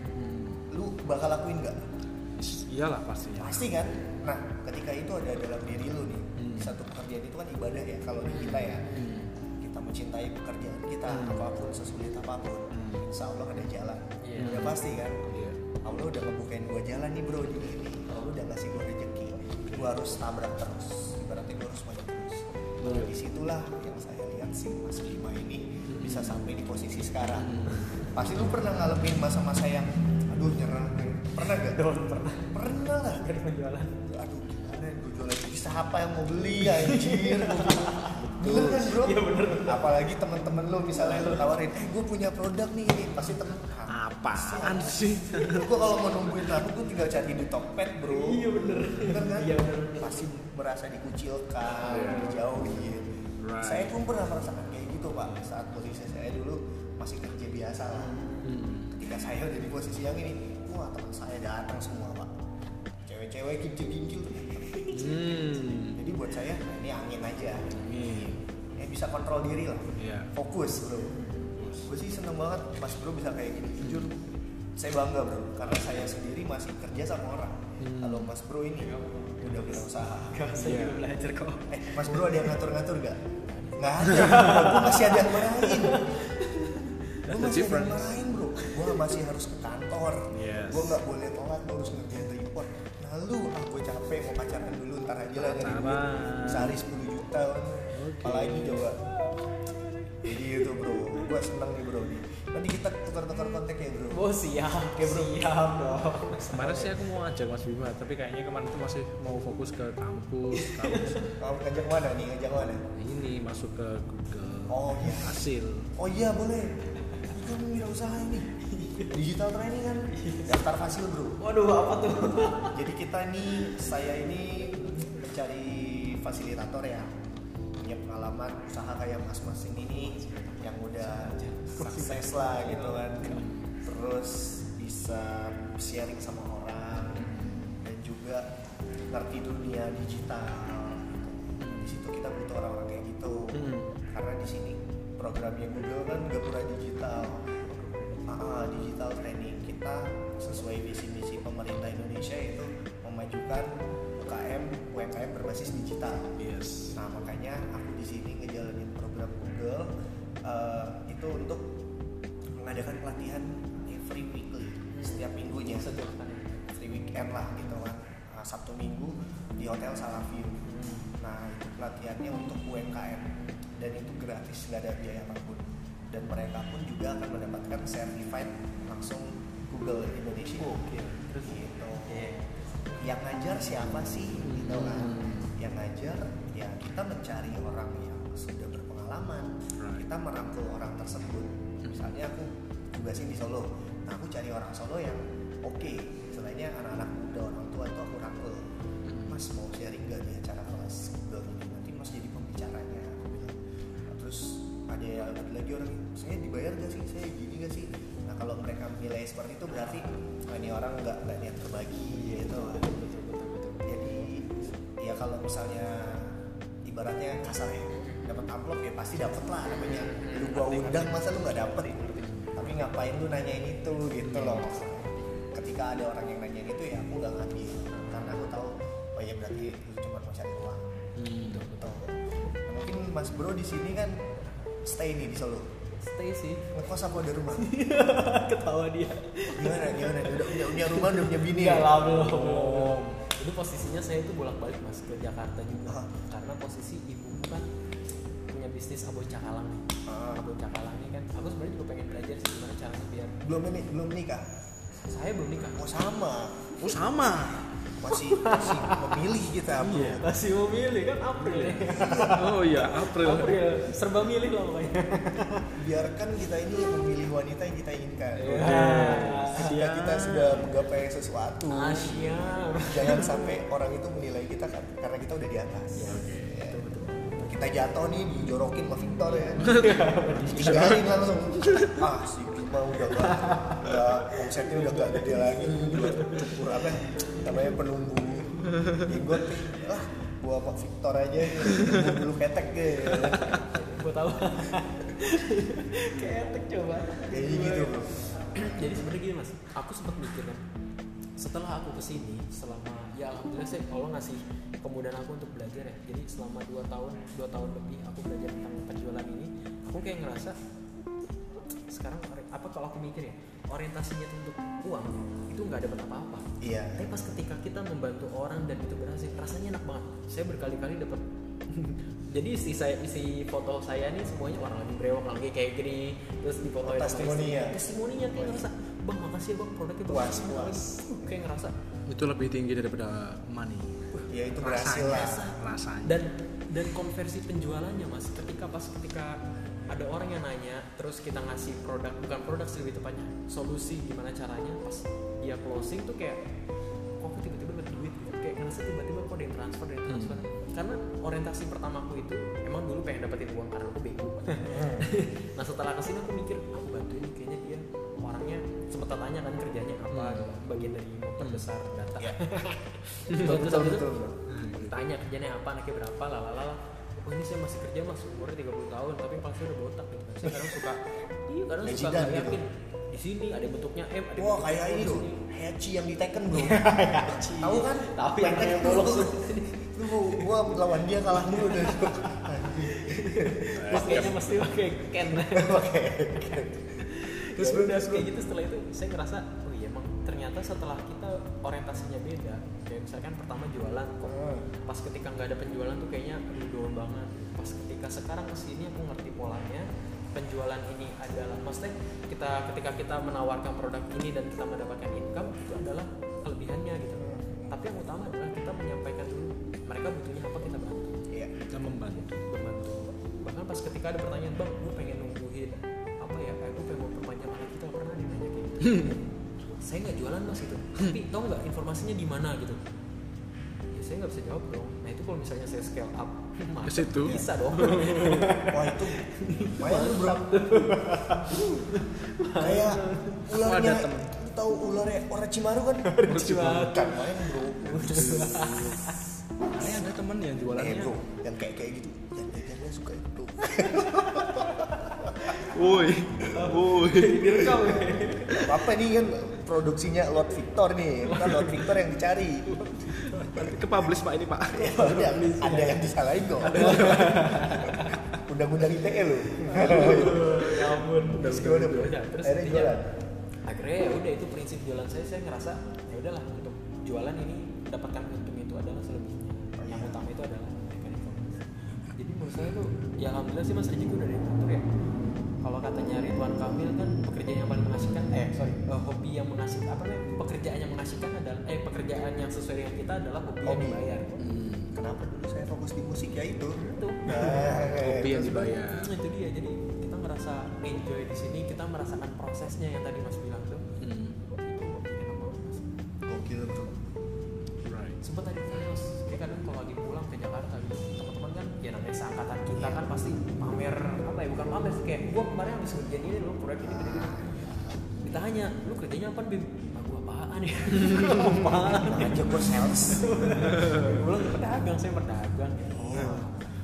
Lu bakal lakuin nggak? Iyalah pasti. Pasti kan. Nah, ketika itu ada dalam diri lu nih, hmm. satu pekerjaan itu kan ibadah ya kalau di kita ya. Hmm. Kita mencintai pekerjaan kita, hmm. apapun sesulit apapun, hmm. insya Allah ada jalan. Yeah. Udah pasti kan. Yeah. Allah udah ngebukain gua jalan nih bro di ini. Allah udah ngasih gua rezeki. Gua harus tabrak terus. Ibaratnya gua harus maju terus. Hmm. Nah, disitulah yang saya lihat sih Mas Bima ini hmm. bisa sampai di posisi sekarang. Hmm. Pasti lu pernah ngalamin masa-masa yang aduh nyerah, pernah gak? Pernah. Pernah lah. Dari penjualan. Aduh gimana gue jualan ini, siapa yang mau beli ya anjir. Bener kan bro? Iya bener. Apalagi teman-teman lo misalnya lo tawarin, eh gue punya produk nih, pasti temen apaan sih? Gue kalau mau nungguin laku gue tinggal cari di Tokped bro. Iya bener. Bener kan? Iya bener. Pasti merasa dikucilkan, yeah. dijauhin. Right. Saya pun pernah merasakan kayak gitu pak, saat posisi saya dulu masih kerja biasa lah. Hmm. Ketika saya udah di posisi yang ini, wah teman saya datang semua pak, cewek-cewek kincil-kincil tuh. Hmm. Jadi buat saya nah ini angin aja, angin. Ya bisa kontrol diri lah, yeah. fokus bro. gue sih seneng banget Mas Bro bisa kayak gini. Jujur saya bangga bro, karena saya sendiri masih kerja sama orang. hmm. Kalau Mas Bro ini udah berusaha. Saya juga belajar kok. Eh Mas Bro ada yang ngatur-ngatur gak? Nggak ada. Gue masih ada yang marahin. Gue masih ada yang marahin bro. Gue masih harus ke kantor. Yes. Gue nggak boleh telat, gue harus ngerjain report. Nah lu, ah gue capek mau pacaran dulu, ntar aja lah dari duit sehari sepuluh juta kan. Okay. Apalagi coba. Jadi itu bro, gue seneng nih bro nih. Nanti kita tukar-tukar kontak ya bro. Oh siap, ya bro. Siap dong. Kemarin sih aku mau ajak Mas Bima, tapi kayaknya kemarin tuh masih mau fokus ke kampus. kampus. Kamu ngajak mana nih, ngajak mana? Ini masuk ke Google. Oh iya. Hasil. Oh iya boleh. Ini kan wirausaha ini. Digital training kan. Daftar hasil bro. Waduh apa tuh? Jadi kita nih, saya ini mencari fasilitator ya, punya pengalaman usaha kayak mas-mas ini nih yang udah sukses lah gitu kan, terus bisa sharing sama orang dan juga ngerti dunia digital. Di situ kita butuh orang-orang kayak gitu, hmm. karena di sini programnya Google kan nggak pura digital, ah, digital training kita sesuai visi misi pemerintah Indonesia itu memajukan U K M U M K M berbasis digital. Yes. Nah makanya aku di sini ngejalanin program Google uh, itu untuk mengadakan pelatihan every weekly, setiap minggunya, every weekend lah gitu kan, uh, Sabtu Minggu di Hotel Salaview. Nah itu pelatihannya untuk U M K M dan itu gratis, nggak ada biaya apapun, dan mereka pun juga akan mendapatkan certified langsung Google Indonesia. Oh, oke. Okay. Terus gitu. Yeah. Yang ngajar siapa sih gitu kan? Yang ngajar ya kita mencari orang yang sudah berpengalaman. Right. Kita merangkul orang tersebut. Misalnya aku tugasin di Solo, nah aku cari orang Solo yang oke. Okay. Selainnya anak-anak muda, orang tua itu aku rangkul. Mas mau sharing gak di acara kelas Google ini? Nanti Mas jadi pembicaranya. Aku bilang. Nah, terus ada, ada lagi orang, saya dibayar gak sih? Saya gini gak sih? Nah kalau mereka menilai seperti itu berarti oh, ini orang nggak nggak niat berbagi gitu. Jadi ya kalau misalnya ibaratnya kasar ya, dapat amplop ya pasti dapat lah namanya. Lu gua undang masa lu nggak dapet? Tapi ngapain lu nanyain itu gitu loh. Ketika ada orang yang nanyain itu ya aku nggak ngambil karena aku tahu oh ya berarti lu cuma mau cari uang. Gitu betul. Nah, mungkin Mas Bro di sini kan stay nih di Solo. Stay sih. Ngekos apa ada rumah? Ketawa dia. Gimana gimana? Udah punya, punya rumah, udah punya bini. Enggak lah belum. Oh. Itu posisinya saya itu bolak-balik Mas ke Jakarta juga. Ah. Karena posisi ibu kan punya bisnis Aboy Cakalang nih. Ah. Aboy Cakalang ini kan aku sebenarnya juga pengen belajar sih gimana caranya biar belum ini belum nikah. Saya belum nikah. Oh sama. Oh sama. Masih masih memilih kita bro. Iya, masih memilih kan April ya. Oh iya April. April serba milih lah pokoknya. Biarkan kita ini memilih wanita yang kita inginkan. Ketika kita sudah menggapai sesuatu. Asia. Jangan sampai orang itu menilai kita kan karena kita udah di atas. Ya, okay. Ya. Betul, betul. Kita jatuh nih dijorokin sama Victor ya. Tinggalin langsung. Ah si Bima udah gak, gak omsetnya udah gak gede lagi. Buat cukur apa namanya penumbuh jenggot nih. Ah gua sama Victor aja dulu ketek deh. Gua tahu. Ketek coba. Jadi gitu bro. Jadi sebenarnya gini Mas, aku sempat mikir kan, setelah aku kesini selama ya alhamdulillah sih Allah ngasih kemudahan aku untuk belajar ya. Jadi selama dua tahun dua tahun lebih aku belajar tentang penjualan ini, aku kayak ngerasa sekarang apa kalau aku mikir ya orientasinya untuk uang itu nggak dapat apa-apa. Iya. Tapi pas ketika kita membantu orang dan itu berhasil, rasanya enak banget. Saya berkali-kali dapat. Jadi isi saya isi foto saya nih semuanya orang lagi brewok lagi kayak gini, terus di foto testimoninya. Testimoninya kayak ngerasa, bang makasih ya bang produknya puas puas. Kayak ngerasa itu lebih tinggi daripada money. Ya itu berhasil lah rasanya. Dan dan konversi penjualannya Mas, ketika pas ketika ada orang yang nanya, terus kita ngasih produk, bukan produk sih lebih tepatnya, solusi gimana caranya, pas dia closing tuh kayak kok aku tiba-tiba dapat duit gitu. Kayak ngerasa tiba-tiba kok ada yang transfer, ada yang transfer. Hmm. Karena orientasi pertamaku itu emang dulu pengen dapetin uang karena aku bego. Nah setelah kesini aku mikir, aku bantuin kayaknya dia orangnya sempet tanya kan kerjanya apa, hmm. bagian dari memperbesar data. Yeah. Terus betul, betul, betul. Tanya kerjanya apa, anaknya berapa, lalala. Oh ini saya masih kerja mas, umurnya tiga puluh tahun tapi pasti udah botak gitu kan. Saya kadang suka, iya kadang suka Legidan nggak gitu. yakin di sini ada bentuknya M, ada Wah bentuknya kayak O ini di loh, sini. Hayachi yang di Tekken bro. Tahu kan? Tapi yang Tekken kayak tuh. polos. Lu gua lawan dia kalah mulu deh. Pakainya mesti pakai Ken. Oke. Terus udah kayak gitu, setelah itu saya ngerasa oh iya emang ternyata setelah kita orientasinya beda, kayak misalkan pertama jualan kok pas ketika nggak ada penjualan tuh kayaknya aduh down banget, pas ketika sekarang kesini aku ngerti polanya, penjualan ini adalah maksudnya kita ketika kita menawarkan produk ini dan kita mendapatkan income itu adalah kelebihannya gitu, tapi yang utama adalah kita menyampaikan dulu mereka butuhnya apa, kita bantu. Iya. Kita membantu. Membantu. Bahkan pas ketika ada pertanyaan, bang gue pengen nungguin apa ya, kayak gue pengen mau perpanjang anak kita, pernah ditanya kayak gitu. Saya nggak jualan mas itu, tapi tau nggak informasinya di mana gitu? Ya saya nggak bisa jawab dong. Nah itu kalau misalnya saya scale up, Ke situ. bisa dong. Wah itu lumayan tuh bro. Kayak ularnya, Ada temen. lu tahu ularnya Orochimaru kan? Orochimaru. Kan main bro. Ini ada teman yang jualannya. Eh bro, yang kayak kayak gitu, yang jajannya suka itu bro. Woi, woi. Direkam ya. Apa nih kan produksinya Lord Victor nih, bukan Lord Victor yang dicari. Nanti ke publish pak ini pak. Ya udah, ada yang disalahin kok. Undang-undang I T E loh. Ya ampun. Terus gimana bro? Udah, terus Akhirnya intinya, jualan. akhirnya ya udah itu prinsip jualan saya. Saya ngerasa ya udahlah untuk jualan ini mendapatkan untung itu adalah selebihnya. Yang utama itu adalah memberikan informasi. Jadi menurut saya tuh ya alhamdulillah sih Mas Rizky udah diatur ya. Kalau katanya Ridwan Kamil kan pekerjaan yang paling mengasihkan, eh sorry, uh, hobi yang mengasihkan, apa namanya, pekerjaan yang mengasihkan adalah, eh pekerjaan yang sesuai dengan kita adalah hobi yang Hobi. dibayar. Hmm, kenapa dulu saya fokus di musik ya itu? Itu. Nah, Kopi yang terus dibayar. Nah, itu dia. Jadi kita merasa enjoy di sini, kita merasakan prosesnya yang tadi Mas bilang tuh. Hmm. Itu enak banget Mas. gokil bro. Right. Sempet tadi Mas, kayak kadang kalau lagi pulang ke Jakarta gitu, teman-teman kan ya namanya seangkatan kita kan pasti pamer apa ya, bukan pamer sih, kayak gua kemarin habis ngerjain ini loh, proyek ini gini-gini. Ditanya, lu kerjanya apaan Bim? Nah gua apaan ya? Apaan? Aja gue sales. Gua bilang pedagang, saya pedagang. Oh.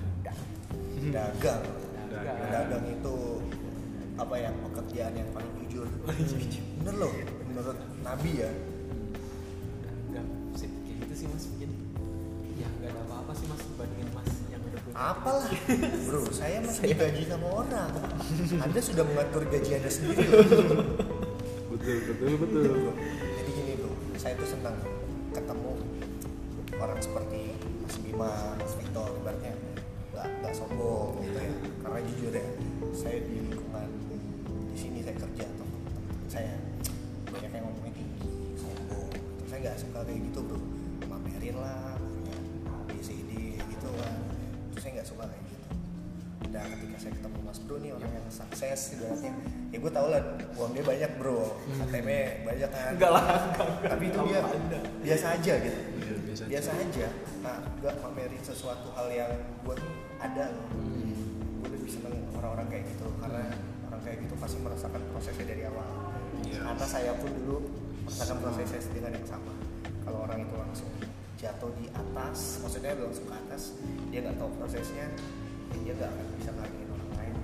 Dagang. Dagang. Dagang itu apa ya, pekerjaan yang paling jujur. Bener loh, menurut Nabi ya. Dagang, sih kayak gitu sih Mas. Jadi ya nggak ada apa-apa sih Mas dibandingin Mas yang udah punya. Apalah, bro, saya masih digaji sama orang. Anda sudah mengatur gaji Anda sendiri loh. Betul betul betul. Bro. Jadi gini bro, saya tuh senang ketemu orang seperti Mas Bima, Mas Victor, ibaratnya nggak nggak sombong gitu ya. Karena jujur ya, saya di lingkungan di sini saya kerja atau teman saya banyak yang ngomongin tinggi, sombong. Gitu. Saya nggak suka kayak gitu bro, mamerin lah, punya A B C D gitu kan. Terus saya nggak suka kayak gitu. Nah ketika saya ketemu Mas Bro nih, orang yang sukses ibaratnya, ya gue tau lah uang dia banyak bro, K T P banyak kan. Enggak lah. Tapi itu dia biasa aja gitu, Iya, biasa biasa aja. Nah gak mamerin sesuatu hal yang gue nih ada loh. Gue lebih seneng orang-orang kayak gitu, karena orang kayak gitu pasti merasakan prosesnya dari awal. Yes. Karena saya pun dulu merasakan prosesnya dengan yang sama. Kalau orang itu langsung jatuh di atas, maksudnya langsung ke atas, dia nggak tahu prosesnya, dia nggak akan bisa ngargain orang lain.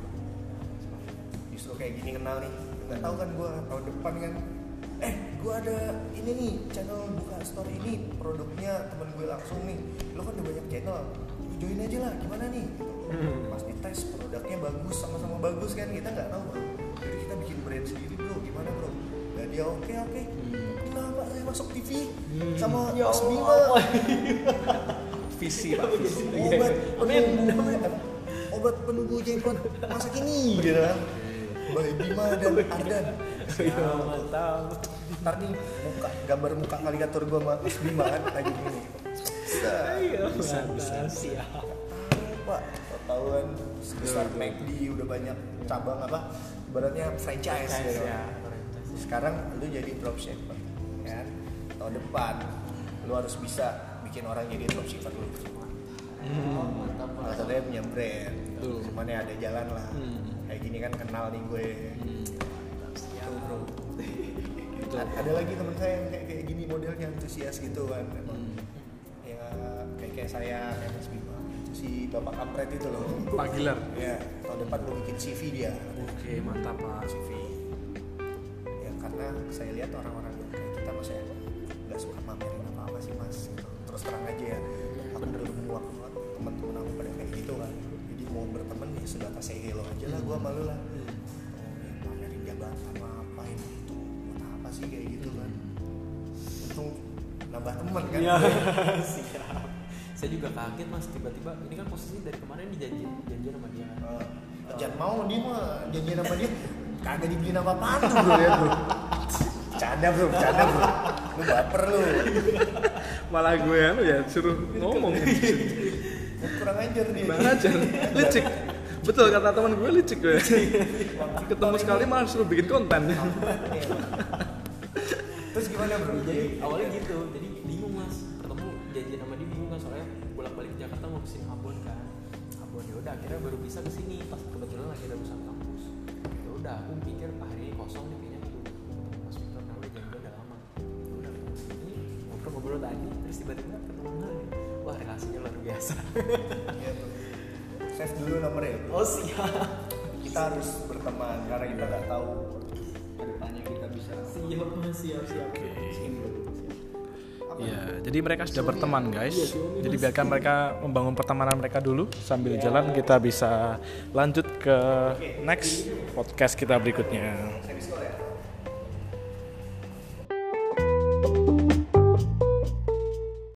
Justru kayak gini kenal nih, nggak tahu kan gue tahun depan kan, eh gue ada ini nih channel buka store ini, produknya temen gue langsung nih, lo kan udah banyak channel, lu join aja lah, gimana nih? Gitu. Pas dites produknya bagus, sama-sama bagus kan, kita nggak tahu bro. Jadi kita bikin brand sendiri bro, gimana bro? Nah dia oke oke, kenapa saya masuk T V sama Mas Bima? Visi pak. Visi. Obat penumbuh obat penumbuh jenggot masa kini gitu kan. Mbak Bima dan Ardan. Iya mantap. Ntar nih muka gambar muka kalikator gua sama Mas Bima kan lagi gini. Iya Bisa, bisa. siap. Pak, ketahuan besar McD udah banyak cabang apa? Ibaratnya franchise gitu. Ya. Sekarang lu jadi dropshipper kan. Tahun depan lu harus bisa bikin orang jadi dropshipper lu. Oh, mantap. Salah satunya punya brand. Betul. Cuman ya ada jalan lah. Hmm. Kayak gini kan kenal nih gue. Tuh, bro. A- ada lagi teman saya yang kayak kayak gini modelnya antusias gitu kan. Emang ya kayak kayak saya kayak Mas Bima antusias. si bapak kampret itu loh. Pak Gilar. Ya, tahun depan gue bikin C V dia. Oke, mantap Pak. C V. Ya karena saya lihat orang-orang yang kayak kita maksudnya nggak suka mamerin apa-apa sih mas. Gitu. Terus terang aja ya, aku belum muak banget teman-teman aku pada kayak gitu kan. Jadi mau berteman ya sebatas say hello aja lah, gue malu lah. Oh, ya, mamerin jabatan ngapain gitu, buat apa sih kayak gitu kan? Untung nambah teman kan. Iya. Siap. Saya juga kaget mas, tiba-tiba ini kan posisi dari kemarin dijanji janjian sama dia. Uh, jangan mau dia mah janji sama dia kagak dibeli nama apaan tuh bro ya bro. Bercanda bro, bercanda bro. Lu baper lu. Malah gue anu ya suruh ngomong. Kurang ajar dia. Kurang ajar. Licik. Betul kata teman gue, licik gue. Ketemu sekali malah suruh bikin konten. Terus gimana bro? Jadi awalnya gitu, jadi bingung mas, ketemu janjian sama dia bingung kan soalnya bolak-balik ke Jakarta mau kesini Ambon kan. Ambon ya udah akhirnya baru bisa kesini pas kebetulan lagi ada urusan kampus. Ya udah aku pikir ah, hari ini kosong nih kayaknya gitu. Mas Victor nah udah janjian udah lama. Ya udah ketemu sini ngobrol-ngobrol tadi terus tiba-tiba ketemu lagi. Wah relasinya luar biasa. Iya tuh. Save dulu nomornya. Oh siap. Kita harus berteman karena kita nggak tahu kedepannya kita bisa. Siap mas, siap siap. Oke. Ya, jadi mereka sudah berteman guys. Jadi biarkan mereka membangun pertemanan mereka dulu. Sambil jalan kita bisa lanjut ke next podcast kita berikutnya.